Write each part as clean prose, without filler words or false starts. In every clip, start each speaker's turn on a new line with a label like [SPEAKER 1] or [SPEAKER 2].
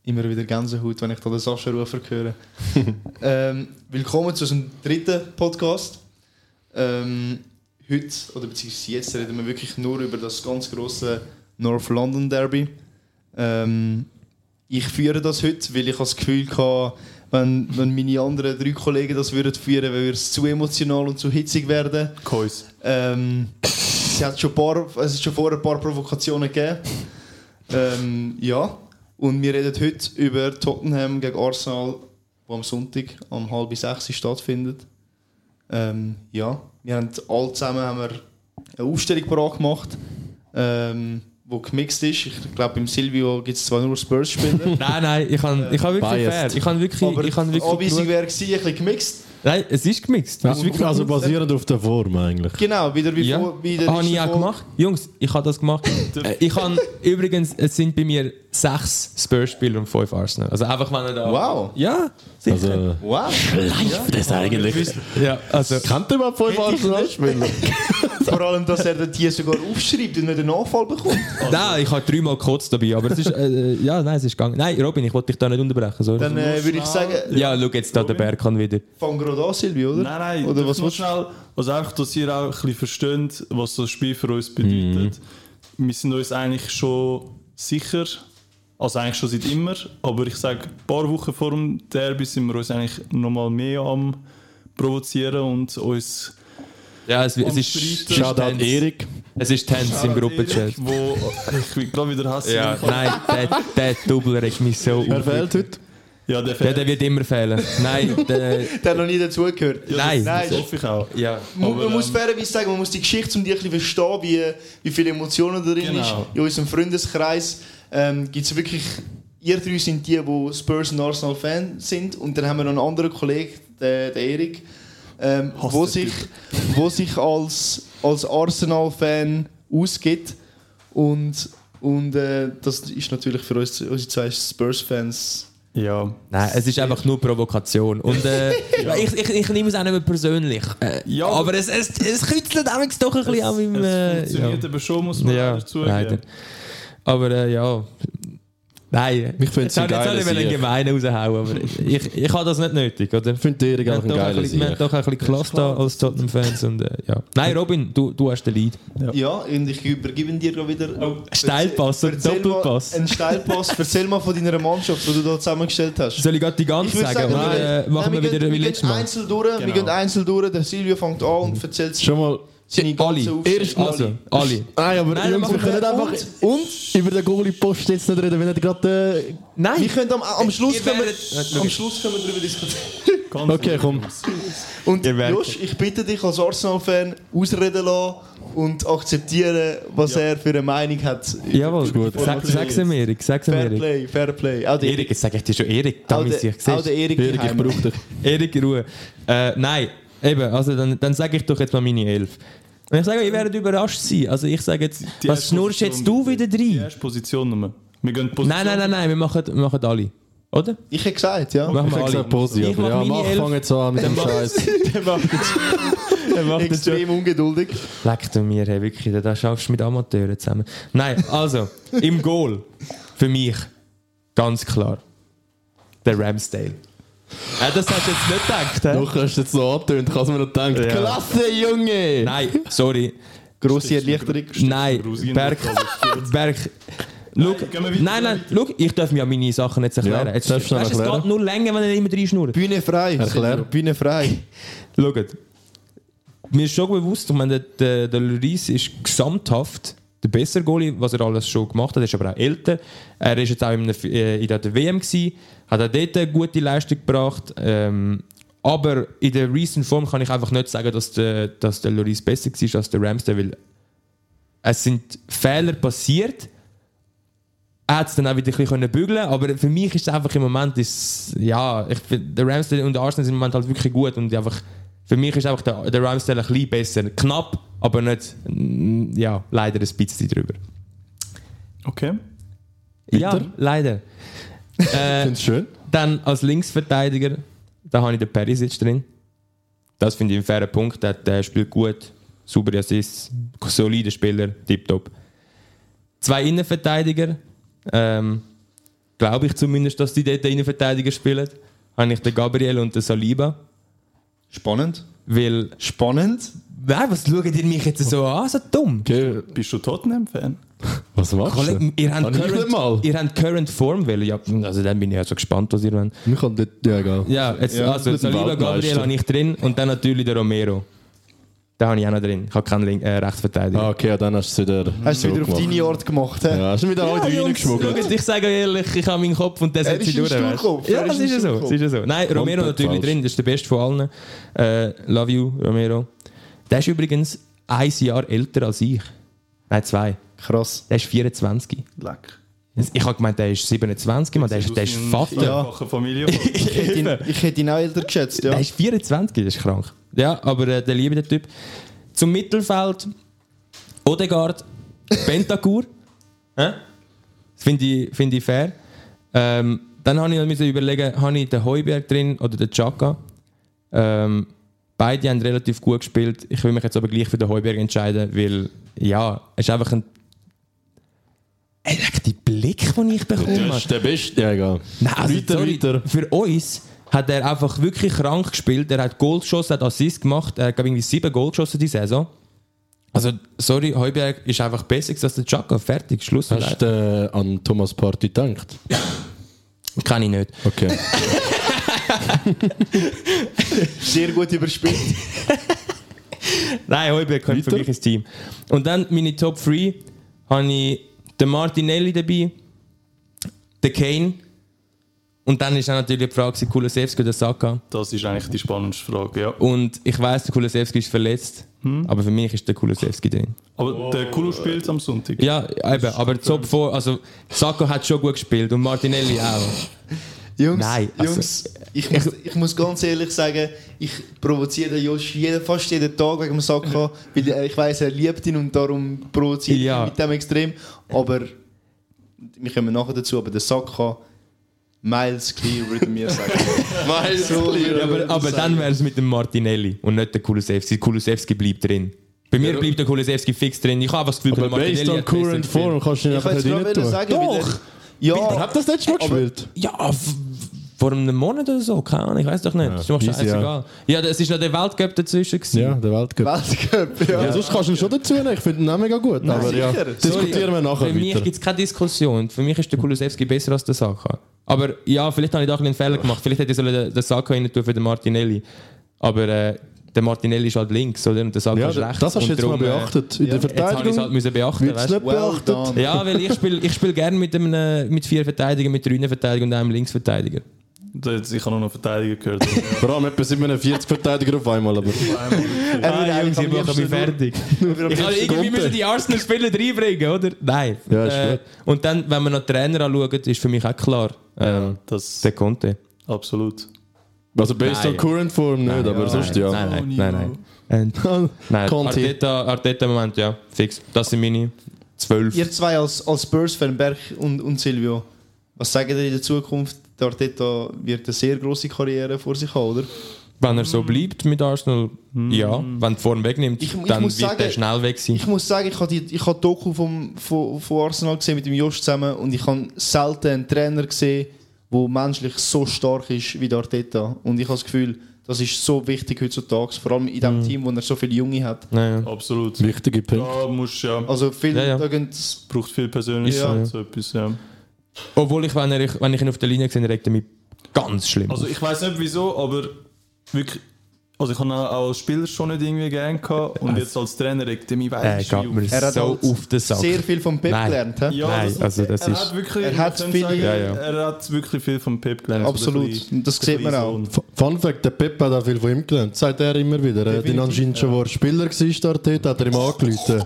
[SPEAKER 1] immer wieder Gänsehaut, wenn ich da den Sascha Rufer höre. Willkommen zu unserem dritten Podcast. Heute, oder beziehungsweise jetzt, reden wir wirklich nur über das ganz grosse North London Derby. Ich führe das heute, weil ich das Gefühl hatte, wenn meine anderen 3 Kollegen das führen würden, würde es zu emotional und zu hitzig werden. Es hat schon vorher ein paar Provokationen gegeben. Ja. Und wir reden heute über Tottenham gegen Arsenal, die am Sonntag um 5:30 stattfindet. Ja, wir haben alle zusammen eine Aufstellung parat gemacht, die gemixt ist. Ich glaube, beim Silvio gibt es zwar nur Spurs-Spieler.
[SPEAKER 2] Nein, ich kann wirklich fair. Ich kann wirklich
[SPEAKER 1] Anweisung wäre gewesen, ein bisschen gemixt.
[SPEAKER 2] Nein, es ist gemixt.
[SPEAKER 3] Ja, also basierend auf der Form eigentlich.
[SPEAKER 1] Genau, wieder wie
[SPEAKER 2] ja. Habe ich auch gemacht. Jungs, ich habe das gemacht. Übrigens, es sind bei mir 6 Spurs-Spieler und 5 Arsenal. Also einfach, wenn er da...
[SPEAKER 1] Wow.
[SPEAKER 2] Ja, sicher.
[SPEAKER 3] Also,
[SPEAKER 1] wow.
[SPEAKER 3] Schleift das eigentlich?
[SPEAKER 2] Ja, also...
[SPEAKER 3] Kennt ihr überhaupt 5 Arsenal-Spieler?
[SPEAKER 1] Vor allem, dass er die sogar aufschreibt und nicht einen Nachfall bekommt.
[SPEAKER 2] Nein, ich habe 3-mal gekotzt dabei, aber es ist... ja, nein, es ist gegangen. Nein, Robin, ich wollte dich da nicht unterbrechen. Sorry.
[SPEAKER 1] Dann würde ich sagen...
[SPEAKER 2] Ja, schau jetzt da, der Berkan wieder.
[SPEAKER 1] Fang gerade an, Silvio, oder?
[SPEAKER 4] Nein,
[SPEAKER 1] oder was willst
[SPEAKER 4] schnell, also einfach, dass ihr auch ein bisschen versteht, was das Spiel für uns bedeutet. Wir sind uns eigentlich schon sicher, also eigentlich schon seit immer, aber ich sage, ein paar Wochen vor dem Derby sind wir uns eigentlich nochmal mehr am provozieren und uns...
[SPEAKER 2] Ja, es ist
[SPEAKER 3] Shoutout Erik.
[SPEAKER 2] Es ist Tense im Gruppenchat.
[SPEAKER 4] Wo ich will gerade wieder hassen.
[SPEAKER 2] Ja, nein, der Double regt mich so
[SPEAKER 3] Wer fehlt heute?
[SPEAKER 4] Ja,
[SPEAKER 2] der wird immer fehlen. Nein,
[SPEAKER 1] der hat noch nie dazugehört.
[SPEAKER 2] Ja, nein.
[SPEAKER 4] Das hoffe ich auch.
[SPEAKER 2] Ja.
[SPEAKER 1] Man muss fairerweise sagen, man muss die Geschichte um die ein bisschen verstehen, wie viele Emotionen da drin ist. In unserem Freundeskreis gibt es wirklich... Ihr 3 sind die Spurs und Arsenal Fan sind. Und dann haben wir noch einen anderen Kollegen, der Erik, wo sich als Arsenal-Fan ausgibt. Und das ist natürlich für uns, unsere 2 Spurs-Fans...
[SPEAKER 4] Ja.
[SPEAKER 2] Nein, es ist einfach nur Provokation. Und ich nehme es auch nicht mehr persönlich.
[SPEAKER 4] Ja,
[SPEAKER 2] aber es kützelt doch ein bisschen an meinem...
[SPEAKER 4] Es funktioniert aber schon, muss man dazu
[SPEAKER 2] sagen. Aber ja... Nein,
[SPEAKER 3] ich finde es ein geiler
[SPEAKER 2] Sieg. Ich will einen gemeinen raushauen, aber ich habe das nicht nötig, oder?
[SPEAKER 3] Ich finde Erik auch ein geiler Sieg.
[SPEAKER 2] Wir haben doch ein bisschen Klasse da als Tottenham-Fans und ja. Nein, Robin, du hast den Lead.
[SPEAKER 1] Ja, und ich übergebe dir gerade wieder...
[SPEAKER 2] Steilpass oder Doppelpass?
[SPEAKER 1] Ein Steilpass. Erzähl mal von deiner Mannschaft, die du da zusammengestellt hast.
[SPEAKER 2] Soll ich gerade die ganze sagen? Oder machen wir wieder wie letztes Mal?
[SPEAKER 1] Wir gehen einzeln durch. Der Silvio fängt an und erzählt
[SPEAKER 3] schon mal...
[SPEAKER 1] seine ganze
[SPEAKER 2] Aufstellung. Alle.
[SPEAKER 3] Nein, aber Jungs, wir können nicht einfach über den Goalie-Post jetzt nicht reden, wenn er gerade...
[SPEAKER 1] Nein! Wir können am Schluss können wir darüber diskutieren.
[SPEAKER 3] Okay, komm.
[SPEAKER 1] Und Josh, ich bitte dich als Arsenal-Fan ausreden lassen und akzeptieren, was er für eine Meinung hat.
[SPEAKER 2] Jawohl, gut. Sag's ihm, Erik.
[SPEAKER 1] Fair Play.
[SPEAKER 2] Erik, jetzt sag ich dir schon Erik.
[SPEAKER 1] Auch der Erik,
[SPEAKER 3] ich brauche dich.
[SPEAKER 2] Erik, Ruhe. Nein, eben, also dann sage ich doch jetzt mal meine 11. Und ich sage, ihr werdet überrascht sein. Also ich sage jetzt, was schnurst jetzt du wieder rein?
[SPEAKER 4] Die erste Position nochmal. Wir gehen Position.
[SPEAKER 2] Nein, wir machen alle. Oder?
[SPEAKER 1] Ich hätte gesagt, ja.
[SPEAKER 3] Ich hätte gesagt Position. Ja, fang jetzt an mit dem Scheiß.
[SPEAKER 1] Er macht extrem ungeduldig.
[SPEAKER 2] Leckt mir, hey, wirklich, da schaffst du mit Amateuren zusammen. Nein, also, im Goal, für mich, ganz klar, der Ramsdale. Ja, das hast du jetzt nicht gedacht, hä?
[SPEAKER 3] Doch, hast du jetzt so angetönt, kannst du mir noch gedacht. Ja. Klasse, Junge!
[SPEAKER 2] Nein, sorry.
[SPEAKER 1] Grosse Erleichterung.
[SPEAKER 2] Nein, Berg. Nein, schau, ich darf mir meine Sachen jetzt erklären.
[SPEAKER 3] Ja,
[SPEAKER 2] jetzt, es geht nur länger, wenn er immer reinschnurrt.
[SPEAKER 1] Bühne frei. Bühne frei.
[SPEAKER 2] Schaut, mir ist schon bewusst, ich meine, der Lloris ist gesamthaft der bessere Goalie, was er alles schon gemacht hat. Er ist aber auch älter. Er war jetzt auch in der WM gewesen, hat auch dort eine gute Leistung gebracht. Aber in der recent Form kann ich einfach nicht sagen, dass der Lloris besser war als der Ramsdale, weil es sind Fehler passiert. Er hat es dann auch wieder ein bisschen bügeln, aber für mich ist es einfach im Moment, der Ramsdale und der Arsenal sind im Moment halt wirklich gut und einfach, für mich ist einfach der Ramsdale ein bisschen besser. Knapp, aber nicht, leider ein bisschen drüber.
[SPEAKER 4] Okay.
[SPEAKER 2] Ja, leider.
[SPEAKER 3] Ich finde es schön.
[SPEAKER 2] Dann als Linksverteidiger, da habe ich den Perisic drin. Das finde ich ein fairer Punkt. Der spielt gut, saubere Assists, solider Spieler, tipptopp. 2 Innenverteidiger. glaube ich zumindest, dass die dort Innenverteidiger spielen. Habe ich den Gabriel und den Saliba.
[SPEAKER 1] Spannend.
[SPEAKER 2] Weil...
[SPEAKER 1] Spannend?
[SPEAKER 2] Nein, was schaut ihr mich jetzt so an, so dumm?
[SPEAKER 3] Okay.
[SPEAKER 4] Bist du Tottenham-Fan?
[SPEAKER 3] Was machst du?
[SPEAKER 2] Kollege, ihr habt Current Form wollen. Ja, also dann bin ich ja so gespannt, was ihr wollt.
[SPEAKER 3] Wir können dort, ja, egal.
[SPEAKER 2] Ja, jetzt, also
[SPEAKER 3] mit dem
[SPEAKER 2] Saliba,
[SPEAKER 3] Weltmeister.
[SPEAKER 2] Gabriel habe ich drin und dann natürlich der Romero. Den habe ich auch noch drin. Ich habe keinen Rechtsverteidiger.
[SPEAKER 3] Ah, okay, ja, dann hast du es wieder.
[SPEAKER 1] Hast du es wieder auf deine Art gemacht? He?
[SPEAKER 3] Ja, hast du wieder alle drei reingeschmuggelt.
[SPEAKER 2] Schau, ich sage ehrlich, ich habe meinen Kopf und der setzt sich durch. weißt du? Ja, das ist ja so. Das ist ja so. Nein, Romero natürlich
[SPEAKER 3] falsch.
[SPEAKER 2] drin, das ist der beste von allen. Love you, Romero. Der ist übrigens 1 Jahr älter als ich. Nein, 2.
[SPEAKER 1] Krass.
[SPEAKER 2] Der ist 24.
[SPEAKER 4] Leck.
[SPEAKER 2] Ich habe gemeint, der ist 27, man, der ist Vater.
[SPEAKER 1] Ja.
[SPEAKER 4] Familie.
[SPEAKER 1] Ich hätte ihn auch älter geschätzt, ja.
[SPEAKER 2] Der ist 24, das ist krank. Ja, aber der liebe der Typ. Zum Mittelfeld Odegaard, Bentancur. Das finde ich fair. Dann musste ich überlegen, habe ich den Heuberg drin oder den Xhaka? Beide haben relativ gut gespielt. Ich will mich jetzt aber gleich für den Heuberg entscheiden, weil ja, es ist einfach ein die Blick, den ich bekomme.
[SPEAKER 3] Das ist der Beste. Ja, egal.
[SPEAKER 2] Nein, also,
[SPEAKER 3] Weiter.
[SPEAKER 2] Für uns hat er einfach wirklich krank gespielt. Er hat Goal geschossen, hat Assist gemacht. Er hat irgendwie 7 Goal geschossen diese Saison. Also, sorry, Heuberg ist einfach besser als der Xhaka. Fertig, Schluss.
[SPEAKER 3] Hast du an Thomas Partey gedacht?
[SPEAKER 2] Kann ich nicht.
[SPEAKER 3] Okay.
[SPEAKER 1] Sehr gut überspielt.
[SPEAKER 2] Nein, Heuberg kommt für mich ins Team. Und dann meine Top 3 habe ich den Martinelli dabei, den Kane und dann ist auch natürlich die Frage, Kulusevski oder Saka.
[SPEAKER 4] Das ist eigentlich die spannendste Frage, ja.
[SPEAKER 2] Und ich weiss, der Kulusevski ist verletzt, aber für mich ist der Kulusevski drin.
[SPEAKER 4] Aber der Kulu spielt am Sonntag.
[SPEAKER 2] Ja, eben, aber Top 4, also Saka hat schon gut gespielt und Martinelli auch.
[SPEAKER 1] Jungs,
[SPEAKER 2] Nein, also,
[SPEAKER 1] ich muss ganz ehrlich sagen, ich provoziere den Josh fast jeden Tag wegen dem Saka, weil ich weiss, er liebt ihn und darum provoziere ich ihn mit dem extrem. Aber wir kommen nachher dazu, aber der Saka miles clear, würde mir sagen.
[SPEAKER 3] Miles clear.
[SPEAKER 2] Aber dann wäre es mit dem Martinelli und nicht der Kulusevski. Kulusevski bleibt drin. Bei mir bleibt der Kulusevski fix drin. Ich habe das Gefühl,
[SPEAKER 3] Aber
[SPEAKER 2] der Martinelli
[SPEAKER 3] based on
[SPEAKER 2] hat
[SPEAKER 3] current form kannst du ihn
[SPEAKER 1] Ich
[SPEAKER 3] einfach
[SPEAKER 1] wollte
[SPEAKER 3] nicht
[SPEAKER 1] es
[SPEAKER 3] rein
[SPEAKER 1] gerade
[SPEAKER 3] tun.
[SPEAKER 1] sagen.
[SPEAKER 2] Doch.
[SPEAKER 1] Ja,
[SPEAKER 3] Hat das letztes Mal gespielt?
[SPEAKER 2] Ja, vor einem Monat oder so, keine Ahnung, ich weiß doch nicht. Das ist doch
[SPEAKER 3] easy,
[SPEAKER 2] scheißegal. Ja, es war noch der Weltcup dazwischen.
[SPEAKER 3] Ja, der Weltcup.
[SPEAKER 1] Weltcup, ja.
[SPEAKER 3] Ja, sonst kannst du ihn schon dazu nehmen. Ich finde ihn auch mega gut. Aber ja,
[SPEAKER 1] sicher.
[SPEAKER 3] diskutieren wir nachher
[SPEAKER 2] Für mich
[SPEAKER 3] weiter.
[SPEAKER 2] gibt es keine Diskussion. Für mich ist der Kulusevski besser als der Saka. Aber ja, vielleicht habe ich da einen Fehler gemacht. Vielleicht hätte ich den Saka rein tun für den Martinelli. Aber der Martinelli ist halt links, oder? Und der Saka
[SPEAKER 3] Ja,
[SPEAKER 2] ist rechts.
[SPEAKER 3] das hast du
[SPEAKER 2] Und
[SPEAKER 3] jetzt mal
[SPEAKER 2] darum,
[SPEAKER 3] beachtet. In der
[SPEAKER 2] Jetzt habe ich es
[SPEAKER 3] Verteidigung
[SPEAKER 2] halt müssen beachten,
[SPEAKER 3] wird es
[SPEAKER 2] weißt du?
[SPEAKER 3] nicht beachtet.
[SPEAKER 2] Ja, weil ich spiel gerne mit 4 Verteidigern, mit 3 Innenverteidigern und einem Linksverteidiger.
[SPEAKER 4] Ich habe noch einen Verteidiger gehört.
[SPEAKER 3] Vor allem etwa 47 Verteidiger auf einmal. Aber
[SPEAKER 2] Jungs, ihr macht mich fertig. Ich kann irgendwie müssen die Arsenal-Spieler reinbringen, oder? Nein.
[SPEAKER 3] Ja, ist gut.
[SPEAKER 2] Und dann, wenn man noch die Trainer anschaut, ist für mich auch klar,
[SPEAKER 4] Das
[SPEAKER 2] der Conte.
[SPEAKER 4] absolut.
[SPEAKER 3] also based on current form nicht, aber sonst ja.
[SPEAKER 2] Nein. Nein,
[SPEAKER 3] Conte.
[SPEAKER 2] Arteta im Moment, ja, fix. Das sind meine 12.
[SPEAKER 1] Ihr zwei als Spurs-Fan, Berg und Silvio, was sagen ihr in der Zukunft? Der Arteta wird eine sehr grosse Karriere vor sich haben, oder?
[SPEAKER 2] Wenn er so bleibt mit Arsenal, ja. Wenn die Form wegnimmt,
[SPEAKER 1] Ich
[SPEAKER 2] dann
[SPEAKER 1] muss
[SPEAKER 2] wird
[SPEAKER 1] sagen,
[SPEAKER 2] er schnell weg sein.
[SPEAKER 1] Ich muss sagen, ich habe die Doku von Arsenal gesehen mit dem Josh zusammen und ich habe selten einen Trainer gesehen, der menschlich so stark ist wie der Arteta. Und ich habe das Gefühl, das ist so wichtig heutzutage, vor allem in dem Team, wo er so viele Junge hat.
[SPEAKER 2] Ja.
[SPEAKER 4] Absolut.
[SPEAKER 3] Wichtige Punkte.
[SPEAKER 4] Da musst ja.
[SPEAKER 1] Also viel,
[SPEAKER 2] Ja.
[SPEAKER 1] da gehen
[SPEAKER 4] Braucht viel Persönlichkeit,
[SPEAKER 1] Ja.
[SPEAKER 4] so etwas, ja.
[SPEAKER 2] Obwohl wenn ich ihn auf der Linie sehe, regt er mich ganz schlimm.
[SPEAKER 4] Also ich weiß nicht wieso, aber wirklich. Also ich habe ihn auch als Spieler schon nicht irgendwie gern gehabt und jetzt als Trainer regt er mich weiss
[SPEAKER 2] geht mir
[SPEAKER 1] Er hat
[SPEAKER 2] so
[SPEAKER 1] halt
[SPEAKER 2] auf den Sack.
[SPEAKER 1] sehr viel vom Pep
[SPEAKER 2] Nein.
[SPEAKER 1] gelernt. He?
[SPEAKER 4] Ja,
[SPEAKER 2] Nein, also das
[SPEAKER 4] er
[SPEAKER 2] ist...
[SPEAKER 4] hat wirklich,
[SPEAKER 1] er hat
[SPEAKER 4] man kann
[SPEAKER 1] viele-
[SPEAKER 4] sagen,
[SPEAKER 2] Ja, ja.
[SPEAKER 4] Er hat wirklich viel vom Pep gelernt.
[SPEAKER 1] Absolut.
[SPEAKER 4] Also der
[SPEAKER 1] Das sieht man auch.
[SPEAKER 4] Sohn.
[SPEAKER 3] Fun Fact, der Pep hat auch viel von ihm gelernt. Sagt er immer wieder. Er hat ihn anscheinend schon, wo er Spieler war, dort, hat er ihm angerufen.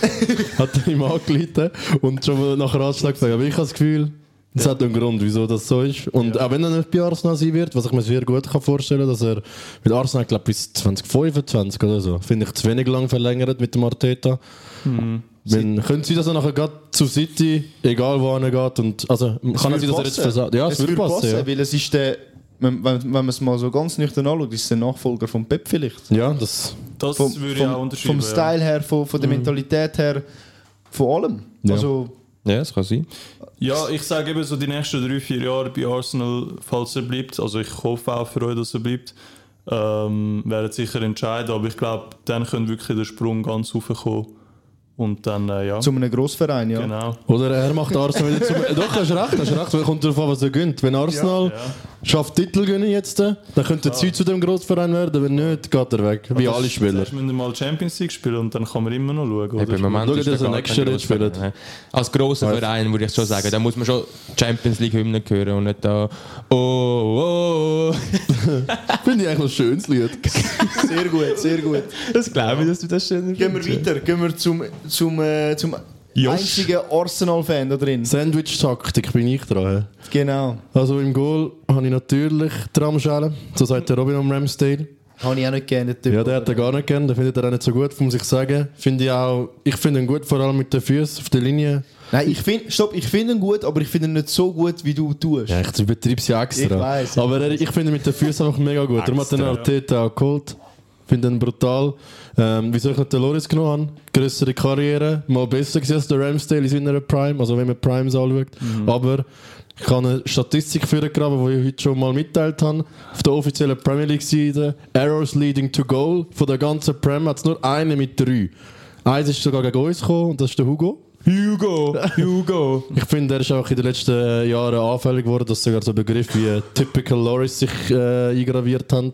[SPEAKER 3] Und schon nach Ratschlag gesagt. Aber ich habe das Gefühl, das hat einen Grund, wieso das so ist. Und auch wenn er nicht bei Arsenal sein wird, was ich mir sehr gut vorstellen kann, dass er mit Arsenal, glaube bis 2025 oder so, finde ich, zu wenig lang verlängert mit dem Arteta. Wenn, könnte sein, dass er nachher gerade zu City, egal wo er geht, und also kann er sein, dass er jetzt versagt. Ja, es würde passen. Ja.
[SPEAKER 1] weil es ist der, wenn man es mal so ganz nüchtern anschaut, ist es der Nachfolger von Pep vielleicht.
[SPEAKER 3] Ja, das.
[SPEAKER 4] Das würde ich auch unterschreiben.
[SPEAKER 1] Vom Style her, von der Mentalität her, von allem.
[SPEAKER 3] Ja.
[SPEAKER 1] Also
[SPEAKER 2] Ja, das kann sein.
[SPEAKER 4] Ja, ich sage eben so die nächsten 3-4 Jahre bei Arsenal, falls er bleibt, also ich hoffe auch für euch, dass er bleibt, werden sicher entscheiden, aber ich glaube, dann könnte wirklich der Sprung ganz hochkommen. Und dann, ja.
[SPEAKER 1] Zu einem Grossverein, ja.
[SPEAKER 4] Genau.
[SPEAKER 3] Oder er macht Arsenal wieder zum... Doch, hast recht. Weil kommt darauf an, was er gönnt. Wenn Arsenal schafft Titel gewinnen jetzt, dann könnte er zu dem Grossverein werden, wenn nicht, geht er weg. Wie alle Spieler.
[SPEAKER 4] Zuerst müssen wir mal Champions League spielen und dann kann man immer noch schauen.
[SPEAKER 2] Im Moment
[SPEAKER 3] Schau,
[SPEAKER 2] ist
[SPEAKER 3] dass er
[SPEAKER 2] gar
[SPEAKER 3] nächstes
[SPEAKER 2] kein
[SPEAKER 3] Jahr spielt.
[SPEAKER 2] Grossverein. Als grosser Verein würde ich schon sagen, da muss man schon Champions League Hymnen hören und nicht da oh.
[SPEAKER 3] Finde ich eigentlich ein schönes Lied.
[SPEAKER 1] Sehr gut, sehr gut.
[SPEAKER 2] Das glaube ich, dass du das schön
[SPEAKER 1] Gehen wir weiter. Gehen wir zum einzigen Arsenal-Fan da drin.
[SPEAKER 3] Sandwich-Taktik bin ich dran.
[SPEAKER 1] Genau.
[SPEAKER 3] Also im Goal habe ich natürlich die Ramschale. So sagt der Robin am Ramsdale.
[SPEAKER 1] Habe ich auch nicht gerne, den Typ.
[SPEAKER 3] Ja, der hat er gar nicht gern. Den findet er auch nicht so gut, muss ich sagen. Ich finde ihn gut, vor allem mit den Füßen auf der Linie.
[SPEAKER 1] Nein, ich finde ihn gut, aber ich finde ihn nicht so gut, wie du tust.
[SPEAKER 3] Ja, ich übertreibe es ja extra.
[SPEAKER 1] Ich weiss.
[SPEAKER 3] Aber ich finde ihn mit den Füßen einfach mega gut. Darum hat er den Arteta auch geholt. Ich finde ihn brutal. Wieso ich nicht den Loris genommen habe? Grössere Karriere, mal besser gewesen als der Ramsdale in seiner Prime, also wenn man Primes anschaut. Aber ich habe eine Statistik vorgegraben, die ich heute schon mal mitteilt habe. Auf der offiziellen Premier League-Seite, Errors leading to goal. Von der ganzen Prem hat es nur eine mit 3. Eins ist sogar gegen uns gekommen und das ist der Hugo. Hugo. Ich finde, er ist auch in den letzten Jahren anfällig geworden, dass sogar so Begriffe wie Typical Loris sich eingraviert haben.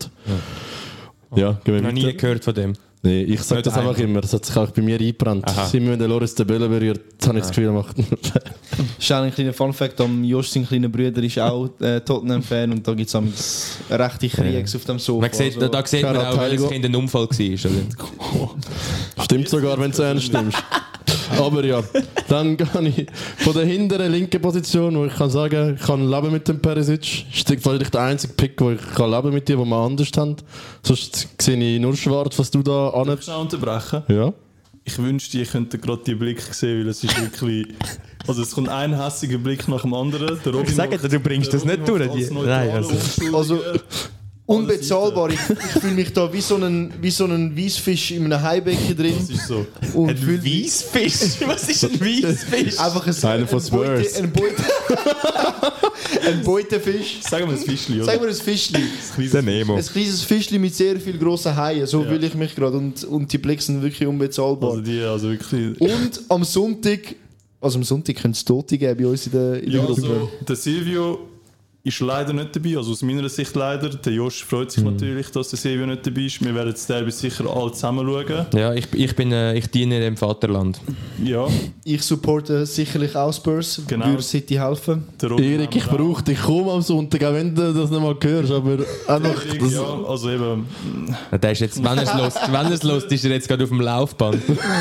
[SPEAKER 3] Ja, gehen wir
[SPEAKER 2] noch nie
[SPEAKER 3] weiter.
[SPEAKER 2] gehört von dem.
[SPEAKER 3] Nee, ich sage das einfach immer, das hat sich auch bei mir eingebrannt. Immer wenn der Loris den Bälle berührt, habe ich das Gefühl, er macht
[SPEAKER 1] Das ist ein kleiner Funfact, Josh, sein kleiner Bruder, ist auch Tottenham-Fan und da gibt es rechte Kriegs auf dem Sofa.
[SPEAKER 2] Man sieht, da sieht man auch, welches Kind ein Unfall war.
[SPEAKER 3] Stimmt sogar, wenn du ernst nimmst. Aber ja, dann gehe ich von der hinteren linken Position, wo ich kann sagen, ich kann leben mit dem Perisic. Das ist vielleicht der einzige Pick, wo ich kann leben mit dir, wo wir anders haben. Sonst sehe ich nur schwarz, was du da an.
[SPEAKER 4] Darf ich schnell unterbrechen?
[SPEAKER 3] Ja.
[SPEAKER 4] Ich wünschte, ihr könntet gerade die Blick sehen, weil es ist wirklich... Also es kommt ein hässiger Blick nach dem anderen.
[SPEAKER 2] Ich sage dir, du bringst das nicht durch.
[SPEAKER 4] Nein,
[SPEAKER 1] Also unbezahlbar. Ich fühle mich da wie so ein Weissfisch in einem Haibecken drin.
[SPEAKER 4] Das ist so.
[SPEAKER 1] Und
[SPEAKER 2] Ein Weissfisch? Was ist ein Weissfisch?
[SPEAKER 1] einfach
[SPEAKER 3] Einer von Spurs.
[SPEAKER 1] Ein Beutefisch.
[SPEAKER 4] Sagen wir ein Fischli, oder?
[SPEAKER 1] Sagen wir ein Fischli.
[SPEAKER 2] Der Nemo.
[SPEAKER 1] Ein kleines Fischli mit sehr viel grossen Haien. So fühle ich mich gerade. Und die Blicke sind wirklich unbezahlbar.
[SPEAKER 4] Also wirklich...
[SPEAKER 1] Und am Sonntag könnte es Tote geben bei uns in der Gruppe.
[SPEAKER 4] Also, der Silvio ist leider nicht dabei, also aus meiner Sicht leider. Der Josh freut sich natürlich, dass der Silvio nicht dabei ist. Wir werden das Derby sicher alle zusammen schauen.
[SPEAKER 2] Ja, ich diene dem Vaterland.
[SPEAKER 4] Ja.
[SPEAKER 1] Ich supporte sicherlich auch Spurs,
[SPEAKER 4] Genau.
[SPEAKER 1] würde City helfen.
[SPEAKER 3] Erik, ich brauche dich, komm am Sonntag, auch wenn du das nicht mal hörst, aber einfach...
[SPEAKER 4] Ja, also eben...
[SPEAKER 2] Der ist jetzt, wenn er es lässt, ist er jetzt gerade auf dem Laufband.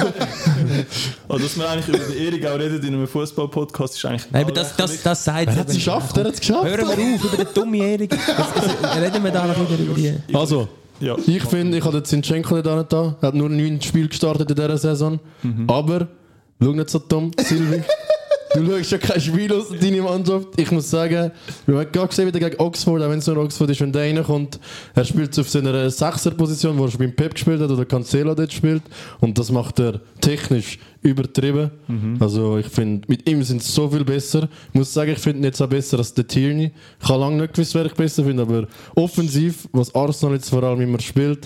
[SPEAKER 4] Also, dass wir eigentlich über den Erik auch reden in einem Fußball-Podcast, ist eigentlich...
[SPEAKER 2] Nein, aber das sagt
[SPEAKER 3] Er hat es geschafft, er hat es geschafft.
[SPEAKER 2] Hören wir auf über den dummen Jährigen. Reden wir da noch wieder über die...
[SPEAKER 3] Also,
[SPEAKER 4] Ja.
[SPEAKER 3] ich finde, ich habe den Zinchenko nicht da. Er hat nur 9 Spiele gestartet in dieser Saison. Aber, schau nicht so dumm, Silvi. Du schaust ja kein Spiel aus deiner Mannschaft. Ich muss sagen, wir haben gerade gesehen, wieder gegen Oxford, auch wenn es nur Oxford ist, wenn der reinkommt, er spielt auf seiner 6er-Position, wo er schon beim Pep gespielt hat oder Cancelo dort spielt. Und das macht er technisch übertrieben. Also ich finde, mit ihm sind sie so viel besser. Ich muss sagen, ich finde ihn jetzt auch besser als der Tierney. Ich habe lange nicht gewusst, wer ich besser finde, aber offensiv, was Arsenal jetzt vor allem immer spielt,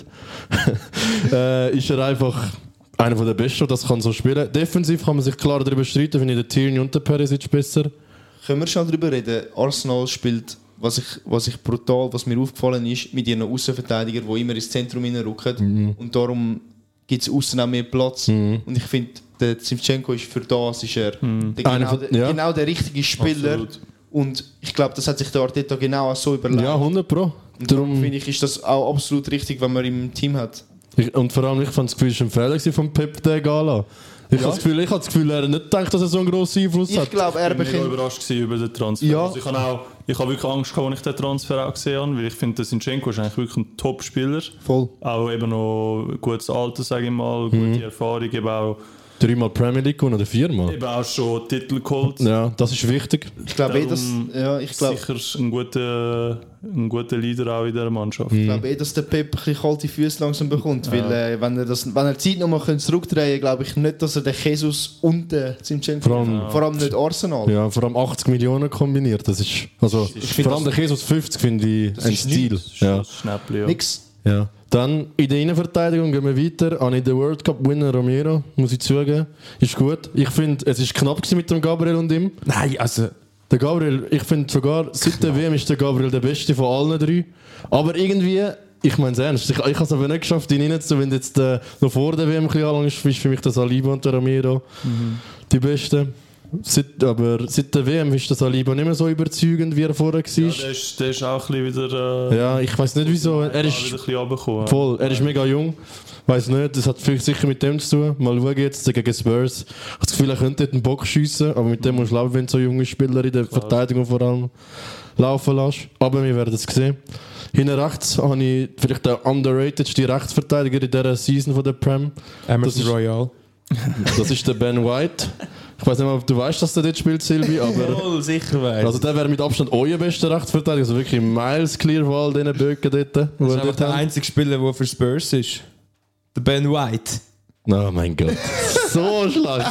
[SPEAKER 3] ist er einfach... einer der Besten, das kann so spielen. Defensiv kann man sich klar darüber streiten, finde ich den Tierney und den Perisic besser.
[SPEAKER 1] Können wir schon darüber reden? Arsenal spielt, was mir aufgefallen ist, mit ihren Außenverteidigern, die immer ins Zentrum hineinrücken. Und darum gibt es außen auch mehr Platz. Und ich finde, der Zinchenko ist für das ist er genau der richtige Spieler.
[SPEAKER 4] Absolut.
[SPEAKER 1] Und ich glaube, das hat sich der Arteta genau auch so überlegt.
[SPEAKER 3] Ja, 100%.
[SPEAKER 1] Und darum finde ich, ist das auch absolut richtig, wenn man im Team hat.
[SPEAKER 3] Und vor allem, ich fand das Gefühl, es war ein Fehler von Pep, den Gala. Ich habe das Gefühl, er hat nicht gedacht, dass er so einen grossen Einfluss hat.
[SPEAKER 1] Ich glaube, er
[SPEAKER 4] Ich war mega
[SPEAKER 1] bekommt...
[SPEAKER 4] überrascht über den Transfer.
[SPEAKER 1] Ja.
[SPEAKER 4] Also ich habe wirklich Angst gehabt, als ich den Transfer auch gesehen habe, weil ich finde, der Zinchenko ist eigentlich wirklich ein Top-Spieler.
[SPEAKER 1] Voll.
[SPEAKER 4] Auch eben noch gutes Alter, sage ich mal, gute Erfahrung, eben auch
[SPEAKER 3] 3-mal Premier League gewonnen oder 4-mal.
[SPEAKER 4] Eben auch schon Titel geholt.
[SPEAKER 3] Ja, das ist wichtig.
[SPEAKER 1] Ich glaube
[SPEAKER 4] Sicher ein guter Leader auch in dieser Mannschaft.
[SPEAKER 1] Ich glaube dass der Pep ein bisschen kalte Füße langsam bekommt, weil wenn er Zeit nochmal zurückdrehen, glaube ich nicht, dass er den Jesus und den Zinchenko, vor allem nicht Arsenal.
[SPEAKER 3] Ja, vor allem 80 Millionen kombiniert. Das ist, also, vor allem der Jesus 50 finde ich ein Stil. Ja.
[SPEAKER 4] Schnäppli, ja.
[SPEAKER 1] Nix.
[SPEAKER 3] Ja. Dann in der Innenverteidigung gehen wir weiter. An den World Cup Winner Romero, muss ich zugeben. Ist gut. Ich finde, es ist knapp mit dem Gabriel und ihm.
[SPEAKER 2] Nein, also...
[SPEAKER 3] Der Gabriel, ich finde sogar, seit der WM ist der Gabriel der Beste von allen drei. Aber irgendwie, ich meine es ernst, ich habe es aber nicht geschafft, ihn reinzunehmen. Wenn jetzt noch vor der WM ein bisschen anlang ist für mich der Saliba und der Romero die Besten. Aber seit der WM ist der Saliba nicht mehr so überzeugend, wie er vorher war.
[SPEAKER 4] Ja, der ist auch ein bisschen wieder...
[SPEAKER 3] ja, ich weiß nicht wieso. Er ist
[SPEAKER 4] wieder ein bisschen runtergekommen.
[SPEAKER 3] voll, er ist mega jung. Weiß nicht, das hat vielleicht sicher mit dem zu tun. Mal schauen jetzt gegen Spurs. Ich habe das Gefühl, er könnte dort einen Bock schiessen, aber mit dem musst du laufen, wenn du so junge Spieler in der Verteidigung vor allem laufen lässt. Aber wir werden es sehen. Hinten rechts habe ich vielleicht den underratedste Rechtsverteidiger in dieser Season von der Prem.
[SPEAKER 2] Emerson Royal.
[SPEAKER 3] Das ist der Ben White. Ich weiß nicht mal, ob du weißt, dass der dort spielt, Silvi, aber...
[SPEAKER 2] Jawohl, sicher weiß.
[SPEAKER 3] Also der wäre mit Abstand euer bester Rechtsverteidiger. Also wirklich miles clear von all diesen Böcken dort.
[SPEAKER 2] Das ist einfach der einzige Spieler, der für Spurs ist. Der Ben White.
[SPEAKER 3] Oh mein Gott. So schlecht.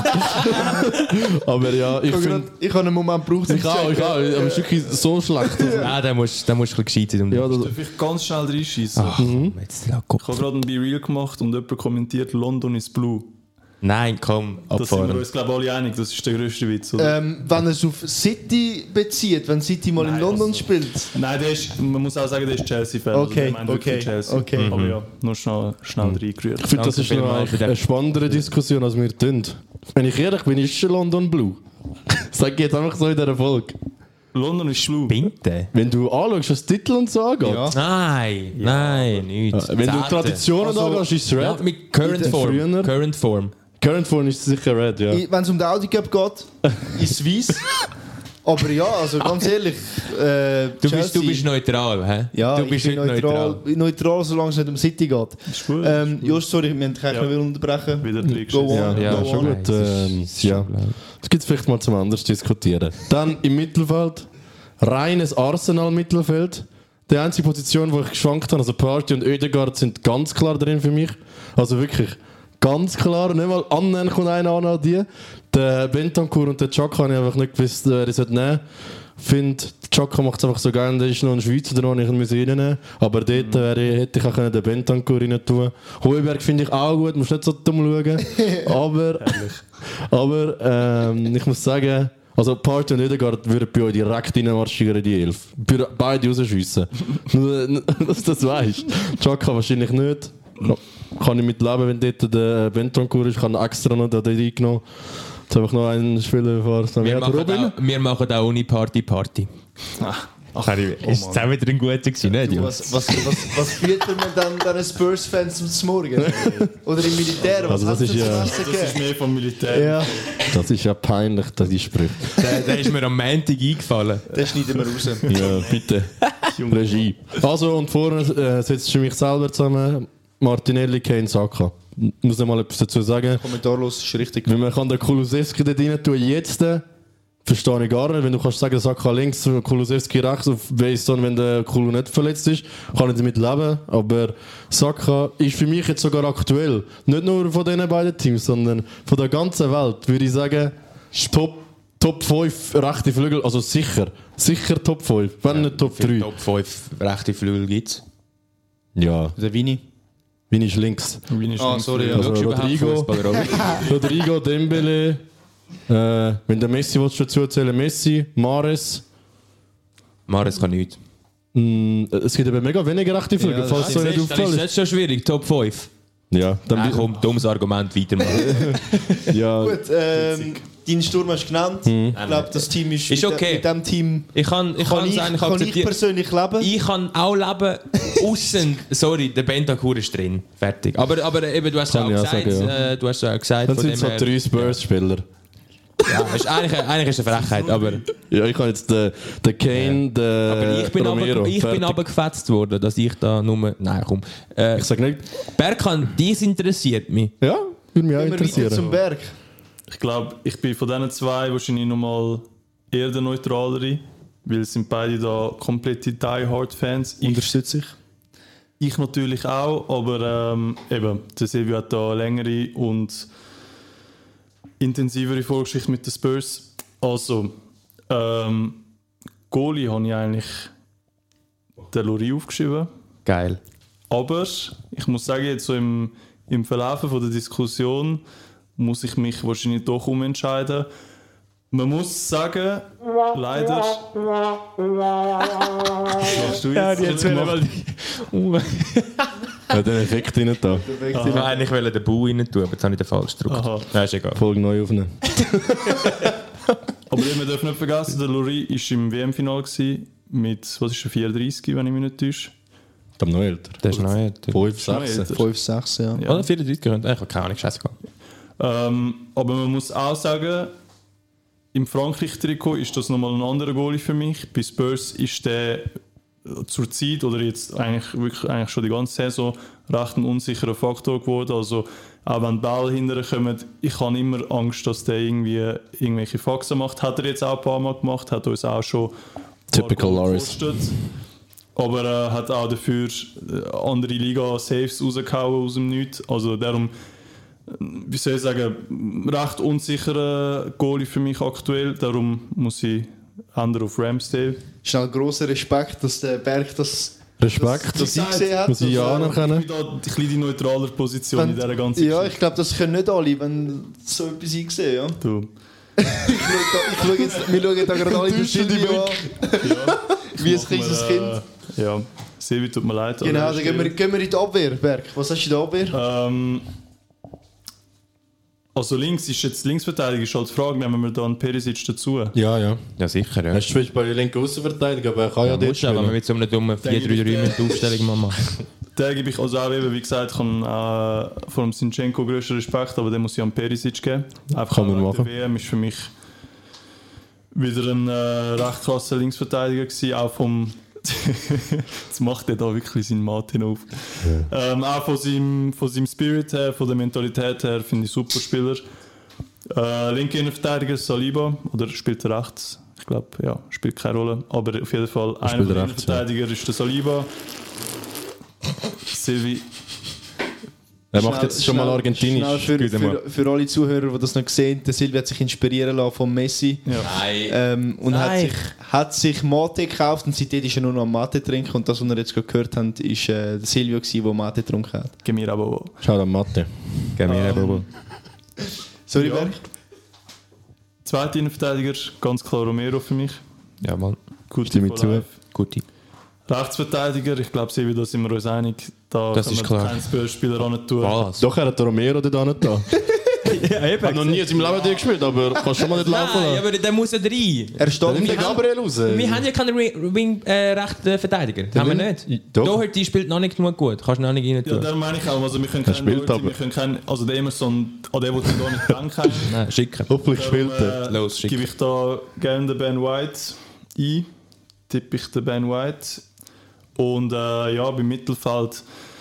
[SPEAKER 3] Aber ja, ich finde...
[SPEAKER 1] Ich habe einen Moment gebraucht,
[SPEAKER 3] Ich auch. Aber es ist wirklich so schlecht. Also,
[SPEAKER 2] Ja, der muss ein bisschen gescheit sein.
[SPEAKER 3] ja, das,
[SPEAKER 4] Darf ich ganz schnell reinschießen?
[SPEAKER 2] Jetzt lass
[SPEAKER 4] Ich habe gerade ein Be Real gemacht und jemand kommentiert, London ist blue.
[SPEAKER 2] Nein, komm,
[SPEAKER 4] Da sind wir
[SPEAKER 2] abfahren.
[SPEAKER 4] uns, glaube ich, alle einig. Das ist der grösste Witz, oder?
[SPEAKER 1] wenn es auf City bezieht, wenn City mal in London spielt.
[SPEAKER 4] Nein, man muss auch sagen, der ist Chelsea-Fan.
[SPEAKER 1] Okay,
[SPEAKER 4] der meint wirklich
[SPEAKER 1] okay,
[SPEAKER 4] Chelsea.
[SPEAKER 1] okay.
[SPEAKER 4] Aber ja, nur schnell reingerührt.
[SPEAKER 3] ich finde, das ist noch
[SPEAKER 2] vielmals
[SPEAKER 3] eigentlich
[SPEAKER 2] für den-
[SPEAKER 3] eine spannendere Diskussion, als wir tun. Wenn ich ehrlich bin, ist schon London Blue. Sag ich jetzt einfach so in dieser Folge.
[SPEAKER 4] London ist blue.
[SPEAKER 2] Binte?
[SPEAKER 3] Wenn du anschaust, was Titel und so angeht.
[SPEAKER 1] Ja.
[SPEAKER 2] Nein, nichts.
[SPEAKER 3] Wenn du Traditionen angehst, ist es
[SPEAKER 2] Ja,
[SPEAKER 3] Red.
[SPEAKER 2] mit Current Form.
[SPEAKER 3] Früher.
[SPEAKER 2] Current Form.
[SPEAKER 3] Current Form ist sicher Red, ja.
[SPEAKER 1] Wenn es um den Audi Cup geht, ist es weiss. Aber ja, also ganz ehrlich,
[SPEAKER 2] Du bist neutral, hä?
[SPEAKER 1] Ja,
[SPEAKER 2] du bist
[SPEAKER 1] ich bin neutral, solange es nicht um City geht.
[SPEAKER 4] Ist gut.
[SPEAKER 1] Jost, sorry, wir haben dich eigentlich unterbrechen.
[SPEAKER 4] Wieder
[SPEAKER 1] Go
[SPEAKER 4] reingeschissen.
[SPEAKER 1] on,
[SPEAKER 3] Ja,
[SPEAKER 1] go
[SPEAKER 3] schon
[SPEAKER 1] on.
[SPEAKER 3] gut. Ja. Das gibt es vielleicht mal zum anders diskutieren. Dann im Mittelfeld, reines Arsenal-Mittelfeld. Die einzige Position, wo ich geschwankt habe, also Partey und Ødegaard sind ganz klar drin für mich. Also wirklich ganz klar, nicht mal annähernd kommt einer an die. Der Bentancur und der Xhaka habe ich einfach nicht gewusst, wer ich nehmen sollte. Ich finde, Xhaka macht es einfach so geil, der ist noch ein Schweizer dran, ich muss ihn reinnehmen. Aber dort hätte ich auch den Bentancur rein tun. Heuberg finde ich auch gut, musst nicht so dumm schauen. aber ich muss sagen, also Partey und Ødegaard würden bei euch direkt reinmarschieren in die 11. Beide rausschiessen. Nur, dass du das weißt. Xhaka wahrscheinlich nicht. Kann ich mitleben, wenn dort der Bentancur ist. Ich habe extra noch da reingenommen. Jetzt habe ich noch einen Spieler vor.
[SPEAKER 2] Wir machen auch ohne Party. Ist es auch wieder ein guter gewesen, nicht?
[SPEAKER 1] Du, was bietet man dann den Spurs-Fans zum Morgen? Oder im Militär? Was
[SPEAKER 3] Also das
[SPEAKER 1] hat's
[SPEAKER 3] ist
[SPEAKER 1] denn
[SPEAKER 3] ja-
[SPEAKER 1] zum Essen
[SPEAKER 4] Das ist
[SPEAKER 1] gegeben?
[SPEAKER 4] mehr vom Militär.
[SPEAKER 1] Ja,
[SPEAKER 3] Das ist ja peinlich, dass ich spreche.
[SPEAKER 2] Der ist mir am Montag eingefallen.
[SPEAKER 1] den schneiden wir raus.
[SPEAKER 3] Ja, bitte. Regie. Also, und vorne setzt du mich selber zusammen. Martinelli, Kane, Saka. Muss ich mal etwas dazu sagen.
[SPEAKER 1] Kommentarlos ist richtig.
[SPEAKER 3] Wenn man kann den Kulusevski dort rein tun, jetzt, verstehe ich gar nicht. Wenn du kannst sagen, Saka links, Kulusevski rechts, auf Bayson, wenn der Kulu nicht verletzt ist, kann ich damit leben. Aber Saka ist für mich jetzt sogar aktuell, nicht nur von diesen beiden Teams, sondern von der ganzen Welt, würde ich sagen, Top 5 rechte Flügel, also sicher Top 5, wenn nicht Top 3.
[SPEAKER 2] Top 5 rechte Flügel gibt es.
[SPEAKER 3] Ja,
[SPEAKER 1] Der Vini.
[SPEAKER 3] Vini ist links.
[SPEAKER 1] Sorry, ja.
[SPEAKER 3] Also Rodrigo, Dembele, wenn der Messi dazu zählen, Messi, Mahrez.
[SPEAKER 2] Mahrez kann nichts.
[SPEAKER 3] Es gibt eben mega wenige rechte Flügel,
[SPEAKER 1] Ja,
[SPEAKER 3] falls es so nicht
[SPEAKER 2] Das ist
[SPEAKER 3] auffällt.
[SPEAKER 2] nicht so schwierig, Top 5.
[SPEAKER 3] Ja, dann
[SPEAKER 2] Komm, dummes Argument, weitermachen.
[SPEAKER 3] ja,
[SPEAKER 1] Gut, deinen Sturm hast du genannt. Ich glaube, das Team ist,
[SPEAKER 2] Ist okay.
[SPEAKER 1] mit dem Team
[SPEAKER 2] Ich kann es eigentlich
[SPEAKER 1] kann ich
[SPEAKER 2] akzeptieren.
[SPEAKER 1] persönlich leben.
[SPEAKER 2] Ich kann auch leben, aussen, sorry, der Bentancur ist drin, fertig. Aber eben, du hast es
[SPEAKER 3] Kann
[SPEAKER 2] auch
[SPEAKER 3] ich auch
[SPEAKER 2] gesagt,
[SPEAKER 3] sagen,
[SPEAKER 2] du hast es auch gesagt,
[SPEAKER 3] dann
[SPEAKER 2] von
[SPEAKER 3] sind
[SPEAKER 2] dem
[SPEAKER 3] es so
[SPEAKER 2] her,
[SPEAKER 3] 3 Spurs-Spieler.
[SPEAKER 2] ja, ist eigentlich ist es eine Frechheit, aber
[SPEAKER 3] Ja, ich habe jetzt den Kane, den
[SPEAKER 2] ich bin
[SPEAKER 3] Romero.
[SPEAKER 2] aber, ich bin
[SPEAKER 3] fertig.
[SPEAKER 2] aber gefetzt worden, dass ich da nur, nein komm,
[SPEAKER 3] Ich sage nicht,
[SPEAKER 2] Berkan, dies interessiert mich.
[SPEAKER 3] ja, Würde mich auch
[SPEAKER 1] Gehen wir weiter
[SPEAKER 3] interessieren.
[SPEAKER 1] zum Berg.
[SPEAKER 4] Ich glaube, ich bin von diesen zwei wahrscheinlich nochmal eher der Neutralere, weil es sind beide da komplette Die-Hard-Fans.
[SPEAKER 1] Unterstütze ich.
[SPEAKER 4] Ich natürlich auch, aber eben, der Silvio hat da längere und intensivere Vorgeschichte mit den Spurs. Also, Goalie habe ich eigentlich den Lloris aufgeschrieben.
[SPEAKER 2] Geil.
[SPEAKER 4] Aber ich muss sagen, jetzt so im Verlauf von der Diskussion muss ich mich wahrscheinlich doch umentscheiden. Man muss sagen, leider. Was machst du jetzt?
[SPEAKER 2] die jetzt
[SPEAKER 3] Ja, den Effekt rein da.
[SPEAKER 2] Nein, ich wollte den Bau rein tun, aber jetzt habe ich den falsch gedrückt.
[SPEAKER 4] Aha.
[SPEAKER 2] Ja, ist egal.
[SPEAKER 3] Folge neu aufnehmen.
[SPEAKER 4] Aber wir dürfen nicht vergessen, der Lloris war im WM-Final mit, was ist der, 34, wenn ich mich nicht täusche.
[SPEAKER 3] Ich glaube noch älter.
[SPEAKER 2] Der ist neu.
[SPEAKER 3] 5, 6.
[SPEAKER 4] älter.
[SPEAKER 1] 5, 6, ja.
[SPEAKER 4] Ja.
[SPEAKER 2] Oder 34 könnte. Ich habe keine Ahnung, scheißegal.
[SPEAKER 4] Aber man muss auch sagen, im Frankreich-Trikot ist das nochmal ein anderer Goalie für mich. Bei Spurs ist der zur Zeit oder jetzt eigentlich schon die ganze Saison recht ein unsicherer Faktor geworden. Also auch wenn die Bälle hinterher kommen, ich habe immer Angst, dass der irgendwelche Faxen macht. Hat er jetzt auch ein paar Mal gemacht, hat uns auch schon
[SPEAKER 3] Typical Lloris.
[SPEAKER 4] Aber er hat auch dafür andere Liga-Saves rausgehauen aus dem Nichts. Also darum, wie soll ich sagen, recht unsicherer Goalie für mich aktuell. Darum muss ich ändern auf Ramsdale.
[SPEAKER 1] Schnell grosser Respekt, dass der Berg das
[SPEAKER 3] Respekt.
[SPEAKER 1] das eingesehen hat.
[SPEAKER 3] Muss ich ja
[SPEAKER 4] Ich
[SPEAKER 3] anerkennen.
[SPEAKER 4] bin da ein bisschen die neutraler Position in dieser ganzen
[SPEAKER 1] Ja, ich glaube, das können nicht alle, wenn so etwas eingesehen, ja.
[SPEAKER 4] Du.
[SPEAKER 1] Wir schauen da gerade alle im Studio an. Wie ein kleines Kind.
[SPEAKER 4] Ja, Silvi, tut mir leid. an
[SPEAKER 1] Genau,
[SPEAKER 4] dieser
[SPEAKER 1] dann gehen wir in die Abwehr, Berg. Was hast du in der Abwehr?
[SPEAKER 4] Stelle. Also links ist jetzt Linksverteidiger, ist halt die Frage, nehmen wir da einen Perisic dazu?
[SPEAKER 3] Ja, ja.
[SPEAKER 2] Ja, sicher, ja.
[SPEAKER 3] Er spielt bei der linken Außenverteidigung, aber er kann ja dort
[SPEAKER 2] Musst du, wenn man
[SPEAKER 3] spielen.
[SPEAKER 2] mit so einem dummen 4-3-3 mit der Aufstellung mal machen.
[SPEAKER 4] Den gebe ich also auch eben, wie gesagt, ich habe vor dem Sinchenko grössten Respekt, aber den muss ich an Perisic geben. Einfach
[SPEAKER 3] Kann man
[SPEAKER 4] wegen
[SPEAKER 3] machen.
[SPEAKER 4] Der WM ist für mich wieder ein recht krasser Linksverteidiger gewesen, auch vom jetzt macht er da wirklich seinen Martin auf. Ja. Auch von seinem Spirit her, von der Mentalität her, finde ich super Spieler. Linke Innenverteidiger Saliba, oder spielt er rechts? Ich glaube, ja, spielt keine Rolle. Aber auf jeden Fall einer der Innenverteidiger ist der Saliba. Silvi.
[SPEAKER 3] Er macht jetzt schon mal Argentinisch.
[SPEAKER 1] Für alle Zuhörer, die das noch sehen, der Silvio hat sich inspirieren lassen von Messi.
[SPEAKER 4] Ja.
[SPEAKER 2] Nein.
[SPEAKER 1] Und hat sich Mate gekauft und seitdem ist er nur noch am Mate trinken. Und das, was ihr jetzt gerade gehört habt, ist der Silvio, der Mate getrunken hat.
[SPEAKER 4] Gib mir aber.
[SPEAKER 3] Schau an Mathe.
[SPEAKER 2] Gib mir Bobo.
[SPEAKER 1] Sorry,
[SPEAKER 4] Ja.
[SPEAKER 1] Berg.
[SPEAKER 4] Zweiter Innenverteidiger, ganz klar Romero für mich.
[SPEAKER 2] Ja, Mann.
[SPEAKER 4] Gute
[SPEAKER 3] Stimme
[SPEAKER 4] for
[SPEAKER 3] zu.
[SPEAKER 4] life.
[SPEAKER 2] Gute.
[SPEAKER 4] Rechtsverteidiger, ich glaube, Silvi, da sind wir uns einig. Da
[SPEAKER 2] Das
[SPEAKER 4] können
[SPEAKER 2] ist
[SPEAKER 4] wir
[SPEAKER 2] klar.
[SPEAKER 4] keinen Spurs-Spieler ran tun.
[SPEAKER 2] Was?
[SPEAKER 3] Doch, er hat den Romero da nicht da.
[SPEAKER 2] Ja, eben.
[SPEAKER 3] Er hat noch nie in seinem Leben dort gespielt, aber kannst schon mal nicht laufen
[SPEAKER 2] Nein,
[SPEAKER 3] lassen.
[SPEAKER 2] aber der muss ja rein.
[SPEAKER 1] Er steht
[SPEAKER 3] Dann nimmt der Gabriel raus.
[SPEAKER 2] Wir haben ja keinen rechten Verteidiger. Haben wir nicht.
[SPEAKER 3] Doch.
[SPEAKER 2] Doherty spielt noch nicht genug gut. Kannst du noch nicht rein
[SPEAKER 4] Ja,
[SPEAKER 2] tun.
[SPEAKER 4] darum meine ich auch. Also wir können
[SPEAKER 3] Er
[SPEAKER 4] keinen
[SPEAKER 3] spielt
[SPEAKER 4] Doherty,
[SPEAKER 3] aber.
[SPEAKER 4] wir können keinen, also der Emerson, an den wollte ich gar nicht denken.
[SPEAKER 2] Nein, schicken.
[SPEAKER 3] Hoffentlich spielt er.
[SPEAKER 2] Los, schick.
[SPEAKER 4] Gebe ich da gerne den Ben White ein. Tippe ich den Ben White. Und ja, beim Mittelfeld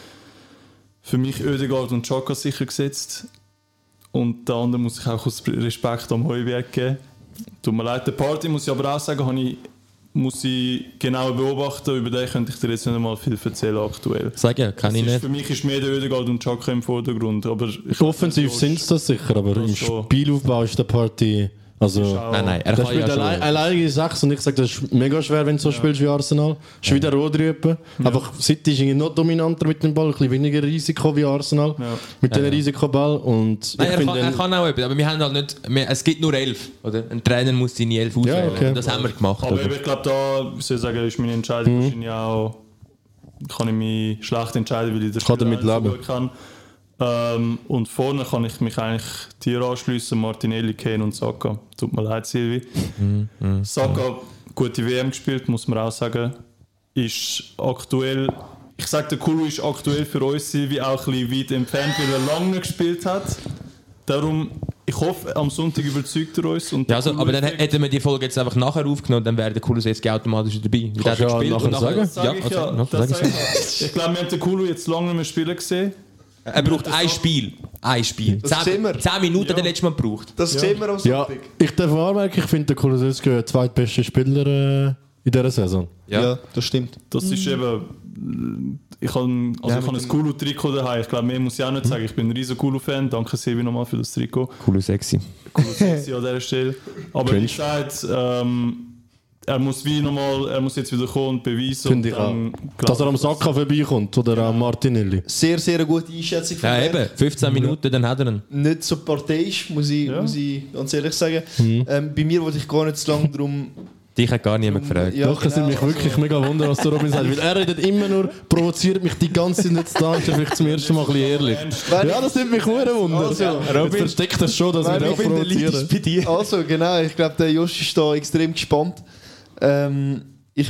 [SPEAKER 4] für mich Oedegaard und Xhaka sicher gesetzt. Und der andere muss ich auch aus Respekt am Heuberg geben. Tut mir leid, der Party muss ich aber auch sagen, muss ich genau beobachten. Über den könnte ich dir jetzt nicht einmal viel erzählen aktuell.
[SPEAKER 2] Sag ja, kann ich nicht.
[SPEAKER 4] Für mich ist mehr der Oedegaard und Xhaka im Vordergrund. Aber
[SPEAKER 3] Offensiv sind es das sicher, aber im
[SPEAKER 4] so.
[SPEAKER 3] Spielaufbau ist der Party. Also,
[SPEAKER 2] Nein, er
[SPEAKER 3] der
[SPEAKER 2] kann
[SPEAKER 3] spielt
[SPEAKER 2] ja schon.
[SPEAKER 3] alleine 6 und ich sage, das ist mega schwer, wenn du so spielst wie Arsenal. Ist wieder Rodrüben. Einfach City ist irgendwie noch dominanter mit dem Ball, ein bisschen weniger Risiko wie Arsenal.
[SPEAKER 4] Ja.
[SPEAKER 3] Mit den Risikoball. Und
[SPEAKER 2] Nein,
[SPEAKER 3] ich
[SPEAKER 2] er
[SPEAKER 3] finde,
[SPEAKER 2] kann auch etwas, aber wir haben halt nicht. Es gibt nur 11, oder? Ein Trainer muss seine 11 auswählen.
[SPEAKER 3] okay.
[SPEAKER 2] Und das haben wir gemacht.
[SPEAKER 4] Aber
[SPEAKER 2] Oder?
[SPEAKER 4] ich glaube, da soll ich sagen, ist meine Entscheidung wahrscheinlich auch. Kann ich mich schlecht entscheiden, weil ich das
[SPEAKER 3] Kann damit
[SPEAKER 4] Spieler
[SPEAKER 3] leben.
[SPEAKER 4] so gut kann. Und vorne kann ich mich eigentlich dir anschliessen: Martinelli, Kane und Saka. Tut mir leid, Silvi. Saka, gute WM gespielt, muss man auch sagen. Ist aktuell. Ich sage, der Kulu ist aktuell für uns, Silvi, auch ein bisschen weit entfernt, weil er lange nicht gespielt hat. Darum, ich hoffe, am Sonntag überzeugt er uns. Und
[SPEAKER 2] Ja, also,
[SPEAKER 4] der
[SPEAKER 2] aber dann
[SPEAKER 4] Kulu-Effekt-
[SPEAKER 2] hätten wir die Folge jetzt einfach nachher aufgenommen, dann wäre der Kulusevski automatisch dabei. Weil
[SPEAKER 3] Kannst
[SPEAKER 2] der
[SPEAKER 3] du
[SPEAKER 2] hat
[SPEAKER 3] ja
[SPEAKER 2] gespielt
[SPEAKER 3] nachher
[SPEAKER 2] und
[SPEAKER 3] sagen.
[SPEAKER 4] Sag ich ja,
[SPEAKER 2] also,
[SPEAKER 4] das
[SPEAKER 2] sag
[SPEAKER 4] sag ich. Ich glaube, wir haben den Kulu jetzt lange nicht mehr spielen gesehen.
[SPEAKER 2] Er braucht ein Spiel. ein Spiel.
[SPEAKER 1] Das sehen wir.
[SPEAKER 2] 10 Minuten der letzte Mal gebraucht.
[SPEAKER 1] Das sehen wir am
[SPEAKER 3] Ja,
[SPEAKER 1] Sonntag.
[SPEAKER 3] ich darf anmerken, ich finde den Kulusevski der zweitbeste Spieler in dieser Saison.
[SPEAKER 1] Ja, das stimmt.
[SPEAKER 4] Das ist eben. Ich habe ein Kulu-Trikot daheim. Ich glaube, mehr muss ich auch nicht sagen. Ich bin ein riesen Kulu-Fan. Danke, Sebi, nochmal für das Trikot.
[SPEAKER 2] Cool, sexy.
[SPEAKER 4] Cooles Sexy an dieser Stelle. Aber wie gesagt, er muss jetzt wieder kommen und beweisen.
[SPEAKER 3] Finde ich auch. Dass er am Saka vorbeikommt oder am Martinelli.
[SPEAKER 1] Sehr, sehr eine gute Einschätzung von
[SPEAKER 2] Ja,
[SPEAKER 1] Berg.
[SPEAKER 2] eben. 15 Minuten, dann hat er ihn.
[SPEAKER 1] Nicht so parteiisch, muss ich ganz ehrlich sagen. Bei mir wollte ich gar nicht so lange darum...
[SPEAKER 2] Dich hat gar niemand gefragt.
[SPEAKER 1] Ja,
[SPEAKER 3] Doch, es nimmt mich wirklich mega wunder, was der Robin sagt. Weil er redet immer nur, provoziert mich die ganze Zeit nicht da, ist er vielleicht zum ersten Mal ein bisschen ehrlich. Ja, das nimmt mich sehr wunder.
[SPEAKER 1] Also,
[SPEAKER 3] Jetzt versteckt er schon, dass wir ihn auch provozieren.
[SPEAKER 2] bei dir.
[SPEAKER 1] Also, genau, ich glaube, der Josh ist da extrem gespannt. Ich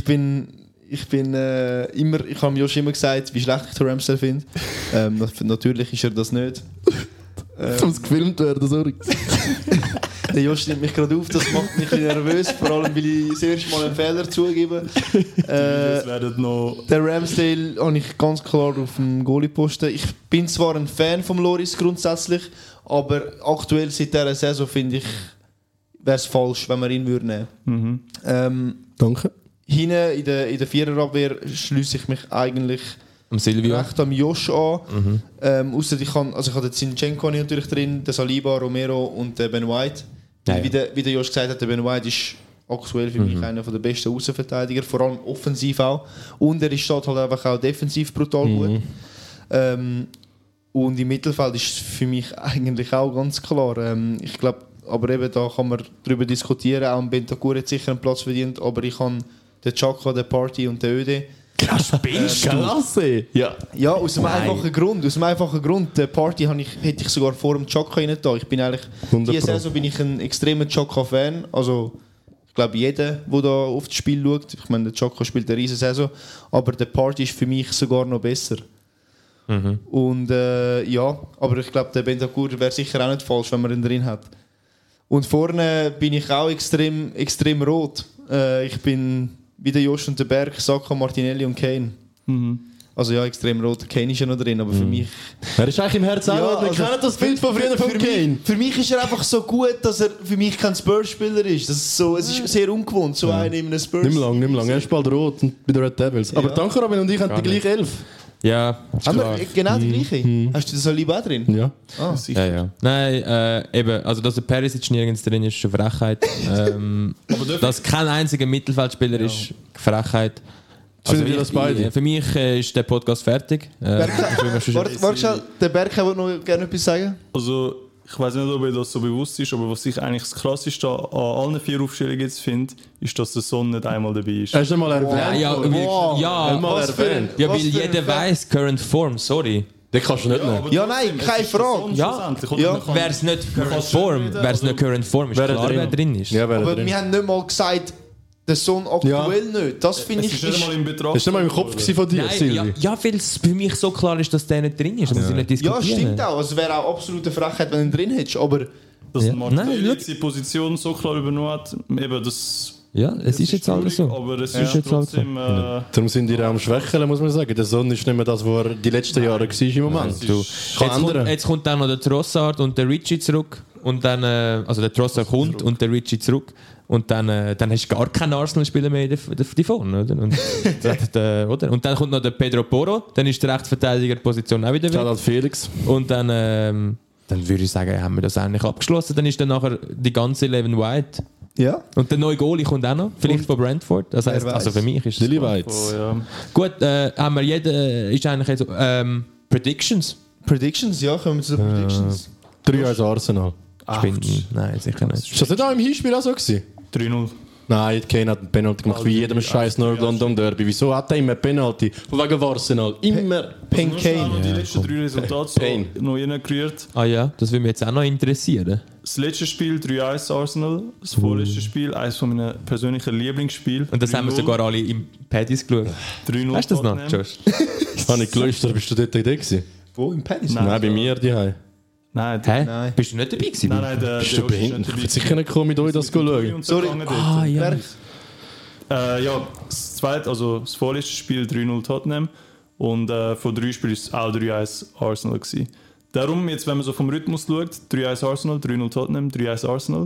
[SPEAKER 1] habe Josh immer gesagt, wie schlecht ich den Ramsdale finde. Natürlich ist er das nicht.
[SPEAKER 3] Es muss gefilmt werden, sorry.
[SPEAKER 1] Der Josh nimmt mich gerade auf, das macht mich ein bisschen nervös, vor allem weil ich das erste Mal einen Fehler zugebe.
[SPEAKER 4] Das werden noch.
[SPEAKER 1] Der Ramsdale habe ich ganz klar auf dem Goalie-Posten. Ich bin zwar ein Fan vom Loris grundsätzlich, aber aktuell seit dieser Saison finde ich, wäre es falsch, wenn wir ihn nehmen würden.
[SPEAKER 3] Danke.
[SPEAKER 1] Hinten in der Viererabwehr schließe ich mich eigentlich
[SPEAKER 2] Am Silvio.
[SPEAKER 1] recht am Josh an. Ausser ich habe den Zinchenko natürlich drin, den Saliba, Romero und den Ben White.
[SPEAKER 2] Ja, ja.
[SPEAKER 1] Wie der Josh gesagt hat, der Ben White ist aktuell für mich einer der besten Außenverteidiger, vor allem offensiv auch. Und er steht halt einfach auch defensiv brutal gut. Und im Mittelfeld ist für mich eigentlich auch ganz klar. Ich glaube, aber eben da kann man darüber diskutieren. Auch Bentancur hat sicher einen Platz verdient, aber ich habe den Chaka, den Party und den Öde.
[SPEAKER 2] Spinnst du?
[SPEAKER 3] Klasse! Ja.
[SPEAKER 1] Ja, aus dem einfachen Grund. Den Party hätte ich sogar vor dem Chaka rein da. Ich bin eigentlich,
[SPEAKER 3] 100%.
[SPEAKER 1] diese Saison bin ich ein extremer Chaka-Fan. Also, ich glaube, jeder, der da auf das Spiel schaut, ich meine, der Chaka spielt eine riesen Saison, aber der Party ist für mich sogar noch besser. Und ja, aber ich glaube, der Bentancur wäre sicher auch nicht falsch, wenn man ihn drin hat. Und vorne bin ich auch extrem rot. Ich bin wie der Josh und der Berg, Saka, Martinelli und Kane. Also ja, extrem rot. Kane ist ja noch drin, aber für mich...
[SPEAKER 3] Er ist eigentlich im Herzen auch. Wir kennen das Bild von früher von Kane.
[SPEAKER 1] Für mich ist er einfach so gut, dass er für mich kein Spurs-Spieler ist. Das ist so, es ist sehr ungewohnt, so einen in einem Spurs.
[SPEAKER 3] Nimm lang. Er ist bald rot und bei den Red Devils. Aber danke, Robin und ich haben die gleiche 11.
[SPEAKER 2] Ja, ist
[SPEAKER 1] Haben
[SPEAKER 2] klar.
[SPEAKER 1] wir genau die gleiche? Hast du das Saliba auch drin?
[SPEAKER 3] Ja.
[SPEAKER 2] Ja, ja. Nein, eben, also dass der Perisic nirgends drin ist, ist eine Frechheit. Dass kein einziger Mittelfeldspieler ist, Frechheit.
[SPEAKER 3] Finden wir das beide?
[SPEAKER 2] Für mich ist der Podcast fertig.
[SPEAKER 1] Warte schnell, der Berg will noch gerne etwas sagen.
[SPEAKER 4] Also, ich weiß nicht, ob ihr das so bewusst ist, aber was ich eigentlich das Krasseste an allen 4 Aufstellungen jetzt finde, ist, dass der Son nicht einmal dabei ist.
[SPEAKER 3] Hast du mal erwähnt?
[SPEAKER 2] Mal
[SPEAKER 3] erwähnt.
[SPEAKER 2] Ja, weil jeder weiß, Current Form, sorry.
[SPEAKER 3] Den kannst du nicht nehmen.
[SPEAKER 1] Ja, nein, keine Frage.
[SPEAKER 2] Ja,
[SPEAKER 1] Ja.
[SPEAKER 2] wäre es nicht Current Form, ist klar, wer drin ist.
[SPEAKER 3] Ja, wer
[SPEAKER 1] Aber
[SPEAKER 3] drin.
[SPEAKER 1] wir haben nicht mal gesagt, der Son aktuell nicht. Das finde
[SPEAKER 4] Es
[SPEAKER 1] ich...
[SPEAKER 4] ist nicht einmal in Betracht.
[SPEAKER 3] Das war nicht mal im Kopf von dir,
[SPEAKER 2] Nein, ja,
[SPEAKER 3] Silvi.
[SPEAKER 2] ja, weil es für mich so klar ist, dass der nicht drin ist. Da muss ich nicht
[SPEAKER 1] Ja,
[SPEAKER 2] diskutieren.
[SPEAKER 1] stimmt auch. Es wäre auch absolute Frechheit, wenn du ihn drin hättest. Aber
[SPEAKER 4] Dass
[SPEAKER 2] Ja.
[SPEAKER 4] Martinelli
[SPEAKER 2] Nein,
[SPEAKER 4] jetzt die Position so klar übernommen hat, eben das...
[SPEAKER 2] Ja, es ist jetzt alles so.
[SPEAKER 4] Aber es
[SPEAKER 2] ist
[SPEAKER 4] ist
[SPEAKER 2] jetzt halt so.
[SPEAKER 4] trotzdem...
[SPEAKER 3] Darum sind die auch am Schwächeln, muss man sagen. Der Sohn ist nicht mehr das, was er die letzten Jahre war im Moment. Du, kann
[SPEAKER 2] Jetzt kommt dann noch der Trossard und der Richie zurück. Und dann, also der Trossard kommt und der Richie zurück. Und dann hast du gar keinen Arsenal-Spieler mehr die vorne, oder? Und, oder? Und dann kommt noch der Pedro Porro, dann ist die Rechtsverteidiger-Position auch wieder weg.
[SPEAKER 3] Shoutout Felix.
[SPEAKER 2] Und dann würde ich sagen, haben wir das eigentlich abgeschlossen. Dann ist dann nachher die ganze 11 White.
[SPEAKER 1] ja.
[SPEAKER 2] Und der neue Goalie kommt auch noch, vielleicht von Brentford. Das heisst,
[SPEAKER 1] Wer
[SPEAKER 2] also für mich ist es
[SPEAKER 3] Lily
[SPEAKER 2] klar.
[SPEAKER 3] Whites.
[SPEAKER 4] Oh, ja.
[SPEAKER 2] Gut, haben wir ist eigentlich jetzt so, Predictions?
[SPEAKER 1] Predictions, ja, kommen wir zu den Predictions.
[SPEAKER 3] 3-1 Arsenal.
[SPEAKER 2] Spinnen? Nein, sicher nicht.
[SPEAKER 3] Ist das nicht auch im Hinspiel auch so gewesen?
[SPEAKER 4] 3-0.
[SPEAKER 3] Nein, Kane hat einen Penalty gemacht, wie jedem scheiß Nord-London Derby. Wieso hat er immer einen Penalty? Von wegen Arsenal. Immer.
[SPEAKER 1] Pen
[SPEAKER 4] Nur schnell
[SPEAKER 1] Kane.
[SPEAKER 4] noch die letzten 3 Resultate
[SPEAKER 3] Pain.
[SPEAKER 4] so noch reingerührt.
[SPEAKER 2] Ah ja, das würde mich jetzt auch noch interessieren.
[SPEAKER 4] Das letzte Spiel 3-1 Arsenal, das vorletzte Spiel, eines von meinen persönlichen Lieblingsspielen.
[SPEAKER 2] Und das haben wir
[SPEAKER 4] 3-0.
[SPEAKER 2] sogar alle im Paddies geschaut.
[SPEAKER 4] 3-0
[SPEAKER 2] Weißt du das noch,
[SPEAKER 4] Tottenham.
[SPEAKER 2] Josh?
[SPEAKER 3] Habe ich gelöst, bist du dort dabei gewesen?
[SPEAKER 1] Wo? Im Paddis?
[SPEAKER 4] Nein.
[SPEAKER 3] Nein, bei mir die Hause.
[SPEAKER 4] Nein,
[SPEAKER 2] Hä?
[SPEAKER 1] Nein.
[SPEAKER 2] Bist du nicht dabei gewesen?
[SPEAKER 4] nein,
[SPEAKER 3] Bist du behindert? Ich will sicher nicht kommen, mit euch das schauen.
[SPEAKER 1] Sorry.
[SPEAKER 2] Ah ja.
[SPEAKER 1] Berg.
[SPEAKER 4] Ja, das zweite, also das vorletzte Spiel 3-0 Tottenham und von 3 Spielen war es auch 3-1 Arsenal gewesen. Darum, jetzt, wenn man so vom Rhythmus schaut, 3-1 Arsenal, 3-0 Tottenham, 3-1 Arsenal.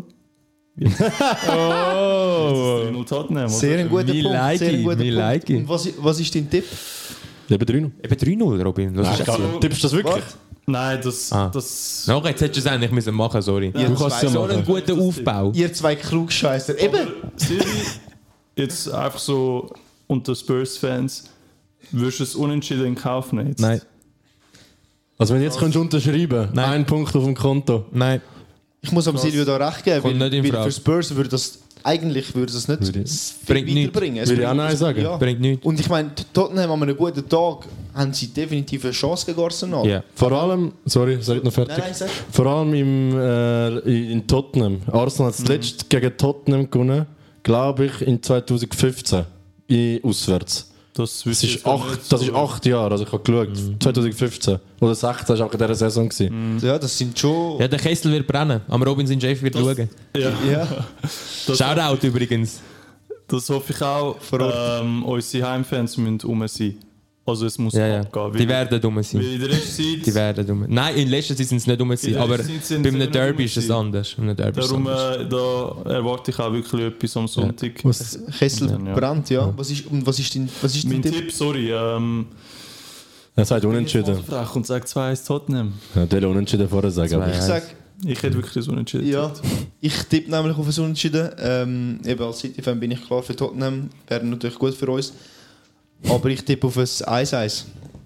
[SPEAKER 2] Oh!
[SPEAKER 4] 3-0 Tottenham.
[SPEAKER 1] Sehr ein guter
[SPEAKER 2] Me
[SPEAKER 1] Punkt.
[SPEAKER 2] like
[SPEAKER 1] Sehr ein
[SPEAKER 2] it,
[SPEAKER 1] guter
[SPEAKER 2] me
[SPEAKER 1] Punkt.
[SPEAKER 2] like it.
[SPEAKER 1] Und was ist dein Tipp?
[SPEAKER 3] Eben 3-0.
[SPEAKER 2] Eben 3-0, Robin. Das ist
[SPEAKER 3] Tippst du das wirklich?
[SPEAKER 4] Nein, das...
[SPEAKER 2] Nachher, jetzt hättest du es eigentlich müssen machen, sorry.
[SPEAKER 1] Ja,
[SPEAKER 3] Du kannst es ja
[SPEAKER 2] So einen
[SPEAKER 3] machen.
[SPEAKER 2] guten Aufbau.
[SPEAKER 1] Ihr zwei Klugscheisser. Eben!
[SPEAKER 4] Siri, jetzt einfach so unter Spurs-Fans, würdest du es unentschieden in Kauf nehmen? Jetzt?
[SPEAKER 2] Nein,
[SPEAKER 3] Also wenn du jetzt könntest unterschreiben,
[SPEAKER 2] Nein.
[SPEAKER 3] 1 Punkt auf dem Konto.
[SPEAKER 2] nein.
[SPEAKER 1] Ich muss am Silvio da recht geben,
[SPEAKER 2] Kommt nicht in
[SPEAKER 1] weil
[SPEAKER 2] Frage.
[SPEAKER 1] für Spurs würde das eigentlich würde das nicht viel
[SPEAKER 2] Bringt nichts.
[SPEAKER 1] weiterbringen. Es
[SPEAKER 3] Würde ich auch
[SPEAKER 1] bringt-
[SPEAKER 3] nein sagen.
[SPEAKER 1] Ja.
[SPEAKER 2] Bringt nichts.
[SPEAKER 1] Und ich meine, Tottenham an einem guten Tag haben sie definitiv eine Chance gegen Arsenal.
[SPEAKER 2] Ja.
[SPEAKER 3] Vor allem, sorry, sag noch fertig.
[SPEAKER 1] Nein, sag.
[SPEAKER 3] Vor allem in Tottenham. Arsenal hat zuletzt gegen Tottenham gewonnen, glaube ich, in 2015. Auswärts.
[SPEAKER 4] Das
[SPEAKER 3] Das ist 8 Jahre, also ich habe geschaut. 2015. Oder 16 war auch in dieser Saison.
[SPEAKER 1] Ja, das sind schon...
[SPEAKER 2] Ja, der Kessel wird brennen. Am Robinson Chef wird schauen.
[SPEAKER 4] Ja,
[SPEAKER 1] Ja.
[SPEAKER 2] Shoutout übrigens.
[SPEAKER 4] das hoffe ich auch. Unsere Heimfans müssen rum sein. Also es muss
[SPEAKER 2] Ja, ja.
[SPEAKER 4] abgehen.
[SPEAKER 2] Die werden dumm sein.
[SPEAKER 4] Weil in der letzten Zeit...
[SPEAKER 2] Die werden dumm. Nein, in letzter Zeit sind sie nicht dumm
[SPEAKER 4] In
[SPEAKER 2] sein.
[SPEAKER 4] der
[SPEAKER 2] Aber
[SPEAKER 4] letzten Zeit sind
[SPEAKER 2] bei
[SPEAKER 4] sie
[SPEAKER 2] einem
[SPEAKER 4] nicht
[SPEAKER 2] Derby
[SPEAKER 4] dumm
[SPEAKER 2] ist es
[SPEAKER 4] sein.
[SPEAKER 2] anders. Bei einem Derby ist es
[SPEAKER 4] Darum
[SPEAKER 2] anders.
[SPEAKER 4] da erwarte ich auch wirklich etwas am Sonntag.
[SPEAKER 1] Kessel
[SPEAKER 4] Ja.
[SPEAKER 1] brennt, ja. Was ist dein
[SPEAKER 4] Mein
[SPEAKER 1] Tipp?
[SPEAKER 4] Tipp, sorry.
[SPEAKER 3] Er sagt unentschieden.
[SPEAKER 4] Frech und sagt 2-1 Tottenham.
[SPEAKER 3] Ja, der will unentschieden vorher sagen. aber-
[SPEAKER 1] Ich sag,
[SPEAKER 4] Ich hätte wirklich das Unentschieden.
[SPEAKER 1] ja, ich tippe nämlich auf ein Unentschieden. Eben als City-Fan bin ich klar für Tottenham. Wäre natürlich gut für uns. Aber ich tippe auf ein 1-1.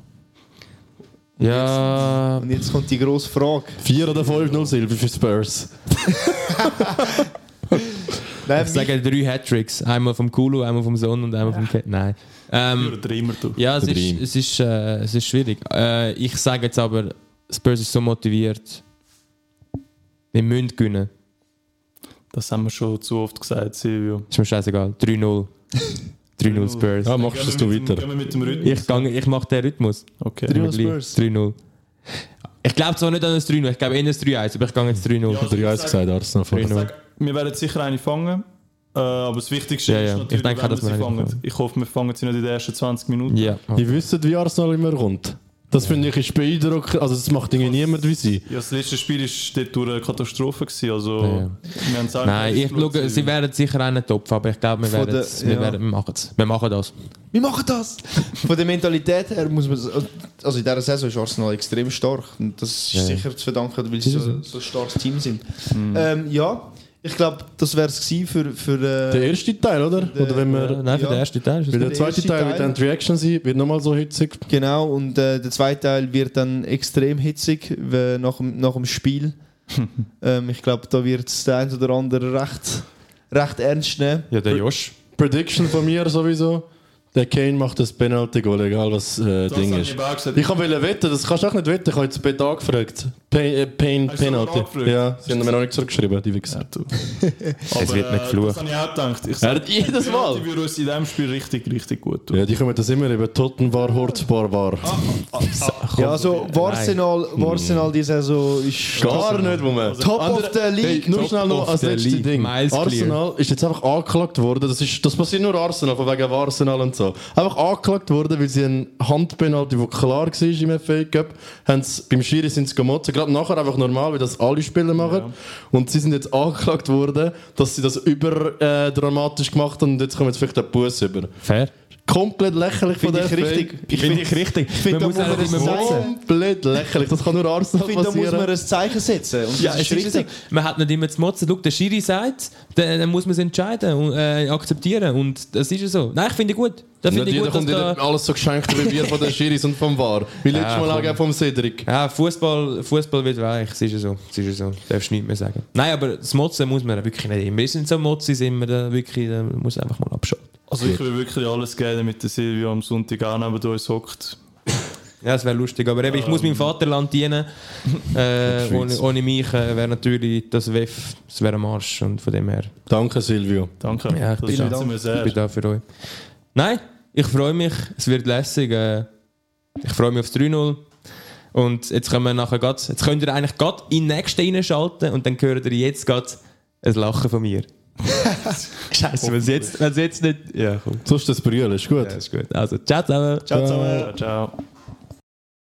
[SPEAKER 2] Ja,
[SPEAKER 1] Und jetzt kommt die grosse Frage.
[SPEAKER 3] 4 oder 5-0 Silber für Spurs.
[SPEAKER 1] Nein,
[SPEAKER 2] ich sage 3 Hattricks. Einmal vom Kulu, einmal vom Son und einmal vom Ke Nein.
[SPEAKER 4] Oder dreimal du.
[SPEAKER 2] Ja, es
[SPEAKER 3] Der Dream.
[SPEAKER 2] es ist schwierig. Ich sage jetzt aber, Spurs ist so motiviert. Wir müssen gewinnen.
[SPEAKER 4] Das haben wir schon zu oft gesagt, Silvio.
[SPEAKER 2] Ist mir scheißegal. 3-0. 3-0 Spurs.
[SPEAKER 3] Ja, machst das du weiter.
[SPEAKER 4] Gehen wir mit dem Rhythmus.
[SPEAKER 2] Ich mache den Rhythmus.
[SPEAKER 4] Okay.
[SPEAKER 1] 3-0 Spurs.
[SPEAKER 2] 3-0. Ich glaube zwar nicht an ein 3-0, ich glaube eher ein 3-1, aber ich gehe jetzt 3-0.
[SPEAKER 4] Ja, also
[SPEAKER 3] 3-1 gesagt, Arsenal vorher.
[SPEAKER 4] Ich sag, wir werden sicher eine fangen. Aber das Wichtigste
[SPEAKER 2] Ja,
[SPEAKER 4] ist
[SPEAKER 2] ja.
[SPEAKER 4] natürlich,
[SPEAKER 2] Ich denke auch,
[SPEAKER 4] wenn
[SPEAKER 2] dass
[SPEAKER 4] wir
[SPEAKER 2] wir
[SPEAKER 4] sie
[SPEAKER 2] eine
[SPEAKER 4] fangen.
[SPEAKER 2] fangen.
[SPEAKER 4] Ich hoffe, wir fangen sie nicht in den ersten 20 Minuten.
[SPEAKER 2] Ja.
[SPEAKER 3] Die wissen, wie Arsenal immer kommt. Das finde ich ist beeindruckend. Also das macht irgendwie niemand wie sie.
[SPEAKER 4] Ja, das letzte Spiel war dort durch eine Katastrophe. Gewesen. Also,
[SPEAKER 2] Ja.
[SPEAKER 4] wir haben es auch
[SPEAKER 2] Nein,
[SPEAKER 4] nicht
[SPEAKER 2] ich schaue, sie werden sicher einen Topf, aber ich glaube, wir
[SPEAKER 1] Von
[SPEAKER 2] werden
[SPEAKER 1] der- ja.
[SPEAKER 2] wir machen es. Wir machen das.
[SPEAKER 1] Wir machen das! Von der Mentalität her muss man... Also in dieser Saison ist Arsenal extrem stark. Und das ist
[SPEAKER 2] Ja, ja.
[SPEAKER 1] sicher zu verdanken, weil sie so ein starkes Team sind.
[SPEAKER 2] Mhm.
[SPEAKER 1] Ja, ich glaube, das wäre es gewesen für
[SPEAKER 3] Der erste Teil, oder? Oder wenn wir...
[SPEAKER 2] Nein, für
[SPEAKER 1] Ja.
[SPEAKER 2] den ersten Teil ist es
[SPEAKER 3] Weil
[SPEAKER 2] gut.
[SPEAKER 3] der zweite
[SPEAKER 1] erste
[SPEAKER 3] Teil
[SPEAKER 1] Teil-
[SPEAKER 3] wird dann die Reaction sein, wird nochmal so hitzig.
[SPEAKER 1] Genau, und der zweite Teil wird dann extrem hitzig nach dem Spiel. Ich glaube, da wird es der ein oder andere recht ernst nehmen.
[SPEAKER 2] Ja, der Josh.
[SPEAKER 3] Prediction von mir sowieso. Der Kane macht das Penalty-Goal, egal was
[SPEAKER 4] Das
[SPEAKER 3] Ding
[SPEAKER 4] habe
[SPEAKER 3] ist.
[SPEAKER 4] ich aber auch gesagt.
[SPEAKER 3] Ich wollte wetten, das kannst du auch nicht wetten. Ich habe jetzt Bett angefragt. Payne
[SPEAKER 4] Hast du
[SPEAKER 3] Penalty.
[SPEAKER 4] angefragt?
[SPEAKER 3] Ja, sie haben mir noch nicht zurückgeschrieben, die Wichser.
[SPEAKER 4] Ja, du.
[SPEAKER 2] Es wird nicht geflucht.
[SPEAKER 4] Das habe ich auch gedacht. Ich
[SPEAKER 3] Er hat jedes Mal.
[SPEAKER 4] Die würde uns in diesem Spiel richtig gut tun.
[SPEAKER 3] Ja, die kommen das immer über Totten war, Hotspur war.
[SPEAKER 1] Ja, also Arsenal diese Saison ist
[SPEAKER 3] Gar nicht, wo man.
[SPEAKER 1] Top of the League.
[SPEAKER 3] Hey, nur
[SPEAKER 2] Top
[SPEAKER 3] schnell noch
[SPEAKER 2] of
[SPEAKER 3] als
[SPEAKER 2] the
[SPEAKER 3] letztes
[SPEAKER 2] League.
[SPEAKER 3] Ding.
[SPEAKER 2] Miles clear.
[SPEAKER 3] Arsenal ist jetzt einfach angeklagt worden. Das passiert nur Arsenal, von wegen Arsenal und so. Einfach angeklagt worden, weil sie einen Handpenalty, der klar war im FA Cup, haben sie beim Schiri sind sie gemotzen. Gerade nachher einfach normal, wie das alle Spieler machen.
[SPEAKER 4] Ja.
[SPEAKER 3] Und sie sind jetzt angeklagt worden, dass sie das überdramatisch gemacht haben und jetzt kommen jetzt vielleicht einen Bus über.
[SPEAKER 2] Fair.
[SPEAKER 3] Komplett lächerlich von
[SPEAKER 1] Finde
[SPEAKER 3] der
[SPEAKER 1] ich
[SPEAKER 3] FA.
[SPEAKER 1] richtig.
[SPEAKER 2] Finde ich richtig.
[SPEAKER 1] finde,
[SPEAKER 2] Man muss
[SPEAKER 1] da
[SPEAKER 2] auch
[SPEAKER 1] muss
[SPEAKER 2] nicht
[SPEAKER 1] man
[SPEAKER 2] immer
[SPEAKER 1] es
[SPEAKER 2] motzen.
[SPEAKER 3] Komplett lächerlich. Das kann nur Arsenal
[SPEAKER 1] Ich finde, da muss
[SPEAKER 3] passieren.
[SPEAKER 1] man ein Zeichen setzen. Und
[SPEAKER 2] Ja,
[SPEAKER 1] das
[SPEAKER 2] es ist so. Man hat nicht immer zu motzen. Schau, der Schiri sagt, dann muss man es entscheiden und akzeptieren. Und das ist ja so. Nein, ich finde gut. Da finde ich
[SPEAKER 3] Jeder
[SPEAKER 2] gut, dass
[SPEAKER 3] kommt
[SPEAKER 2] da...
[SPEAKER 3] wieder alles so geschenkt wie wir von den Schiris und vom VAR. Wie letztes Mal
[SPEAKER 2] komm.
[SPEAKER 3] auch vom Cedric.
[SPEAKER 2] Ja, Fußball wird weich, es ist ja so. Es ist ja so. Darfst du nichts mehr sagen. Nein, aber das Motzen muss man wirklich nicht immer. Wir sind so Motzi, sind wir da wirklich, da muss einfach mal abschalten.
[SPEAKER 4] Also ich will wirklich alles geben, damit der Silvio am Sonntag auch neben uns hockt.
[SPEAKER 2] Ja, das wäre lustig. Aber eben, ich muss meinem Vaterland dienen. Ohne mich wäre natürlich das WEF, das wäre ein Marsch. Und von dem her,
[SPEAKER 3] Danke, Silvio.
[SPEAKER 4] Danke,
[SPEAKER 2] Ja, ich
[SPEAKER 4] das
[SPEAKER 2] bin
[SPEAKER 4] schätzen
[SPEAKER 1] da.
[SPEAKER 4] wir
[SPEAKER 2] ich
[SPEAKER 4] sehr.
[SPEAKER 2] bin da für euch. Nein, ich freue mich. Es wird lässig. Ich freue mich aufs 3-0. Und jetzt können wir nachher jetzt könnt ihr eigentlich gerade in den nächsten reinschalten und dann hört ihr jetzt gerade ein Lachen von mir. Scheiße, wenn es jetzt nicht... Ja, komm.
[SPEAKER 3] Sonst das Brüllen, ist gut.
[SPEAKER 2] Ja, ist gut. Also, ciao zusammen.
[SPEAKER 1] Ciao zusammen.
[SPEAKER 4] Ciao.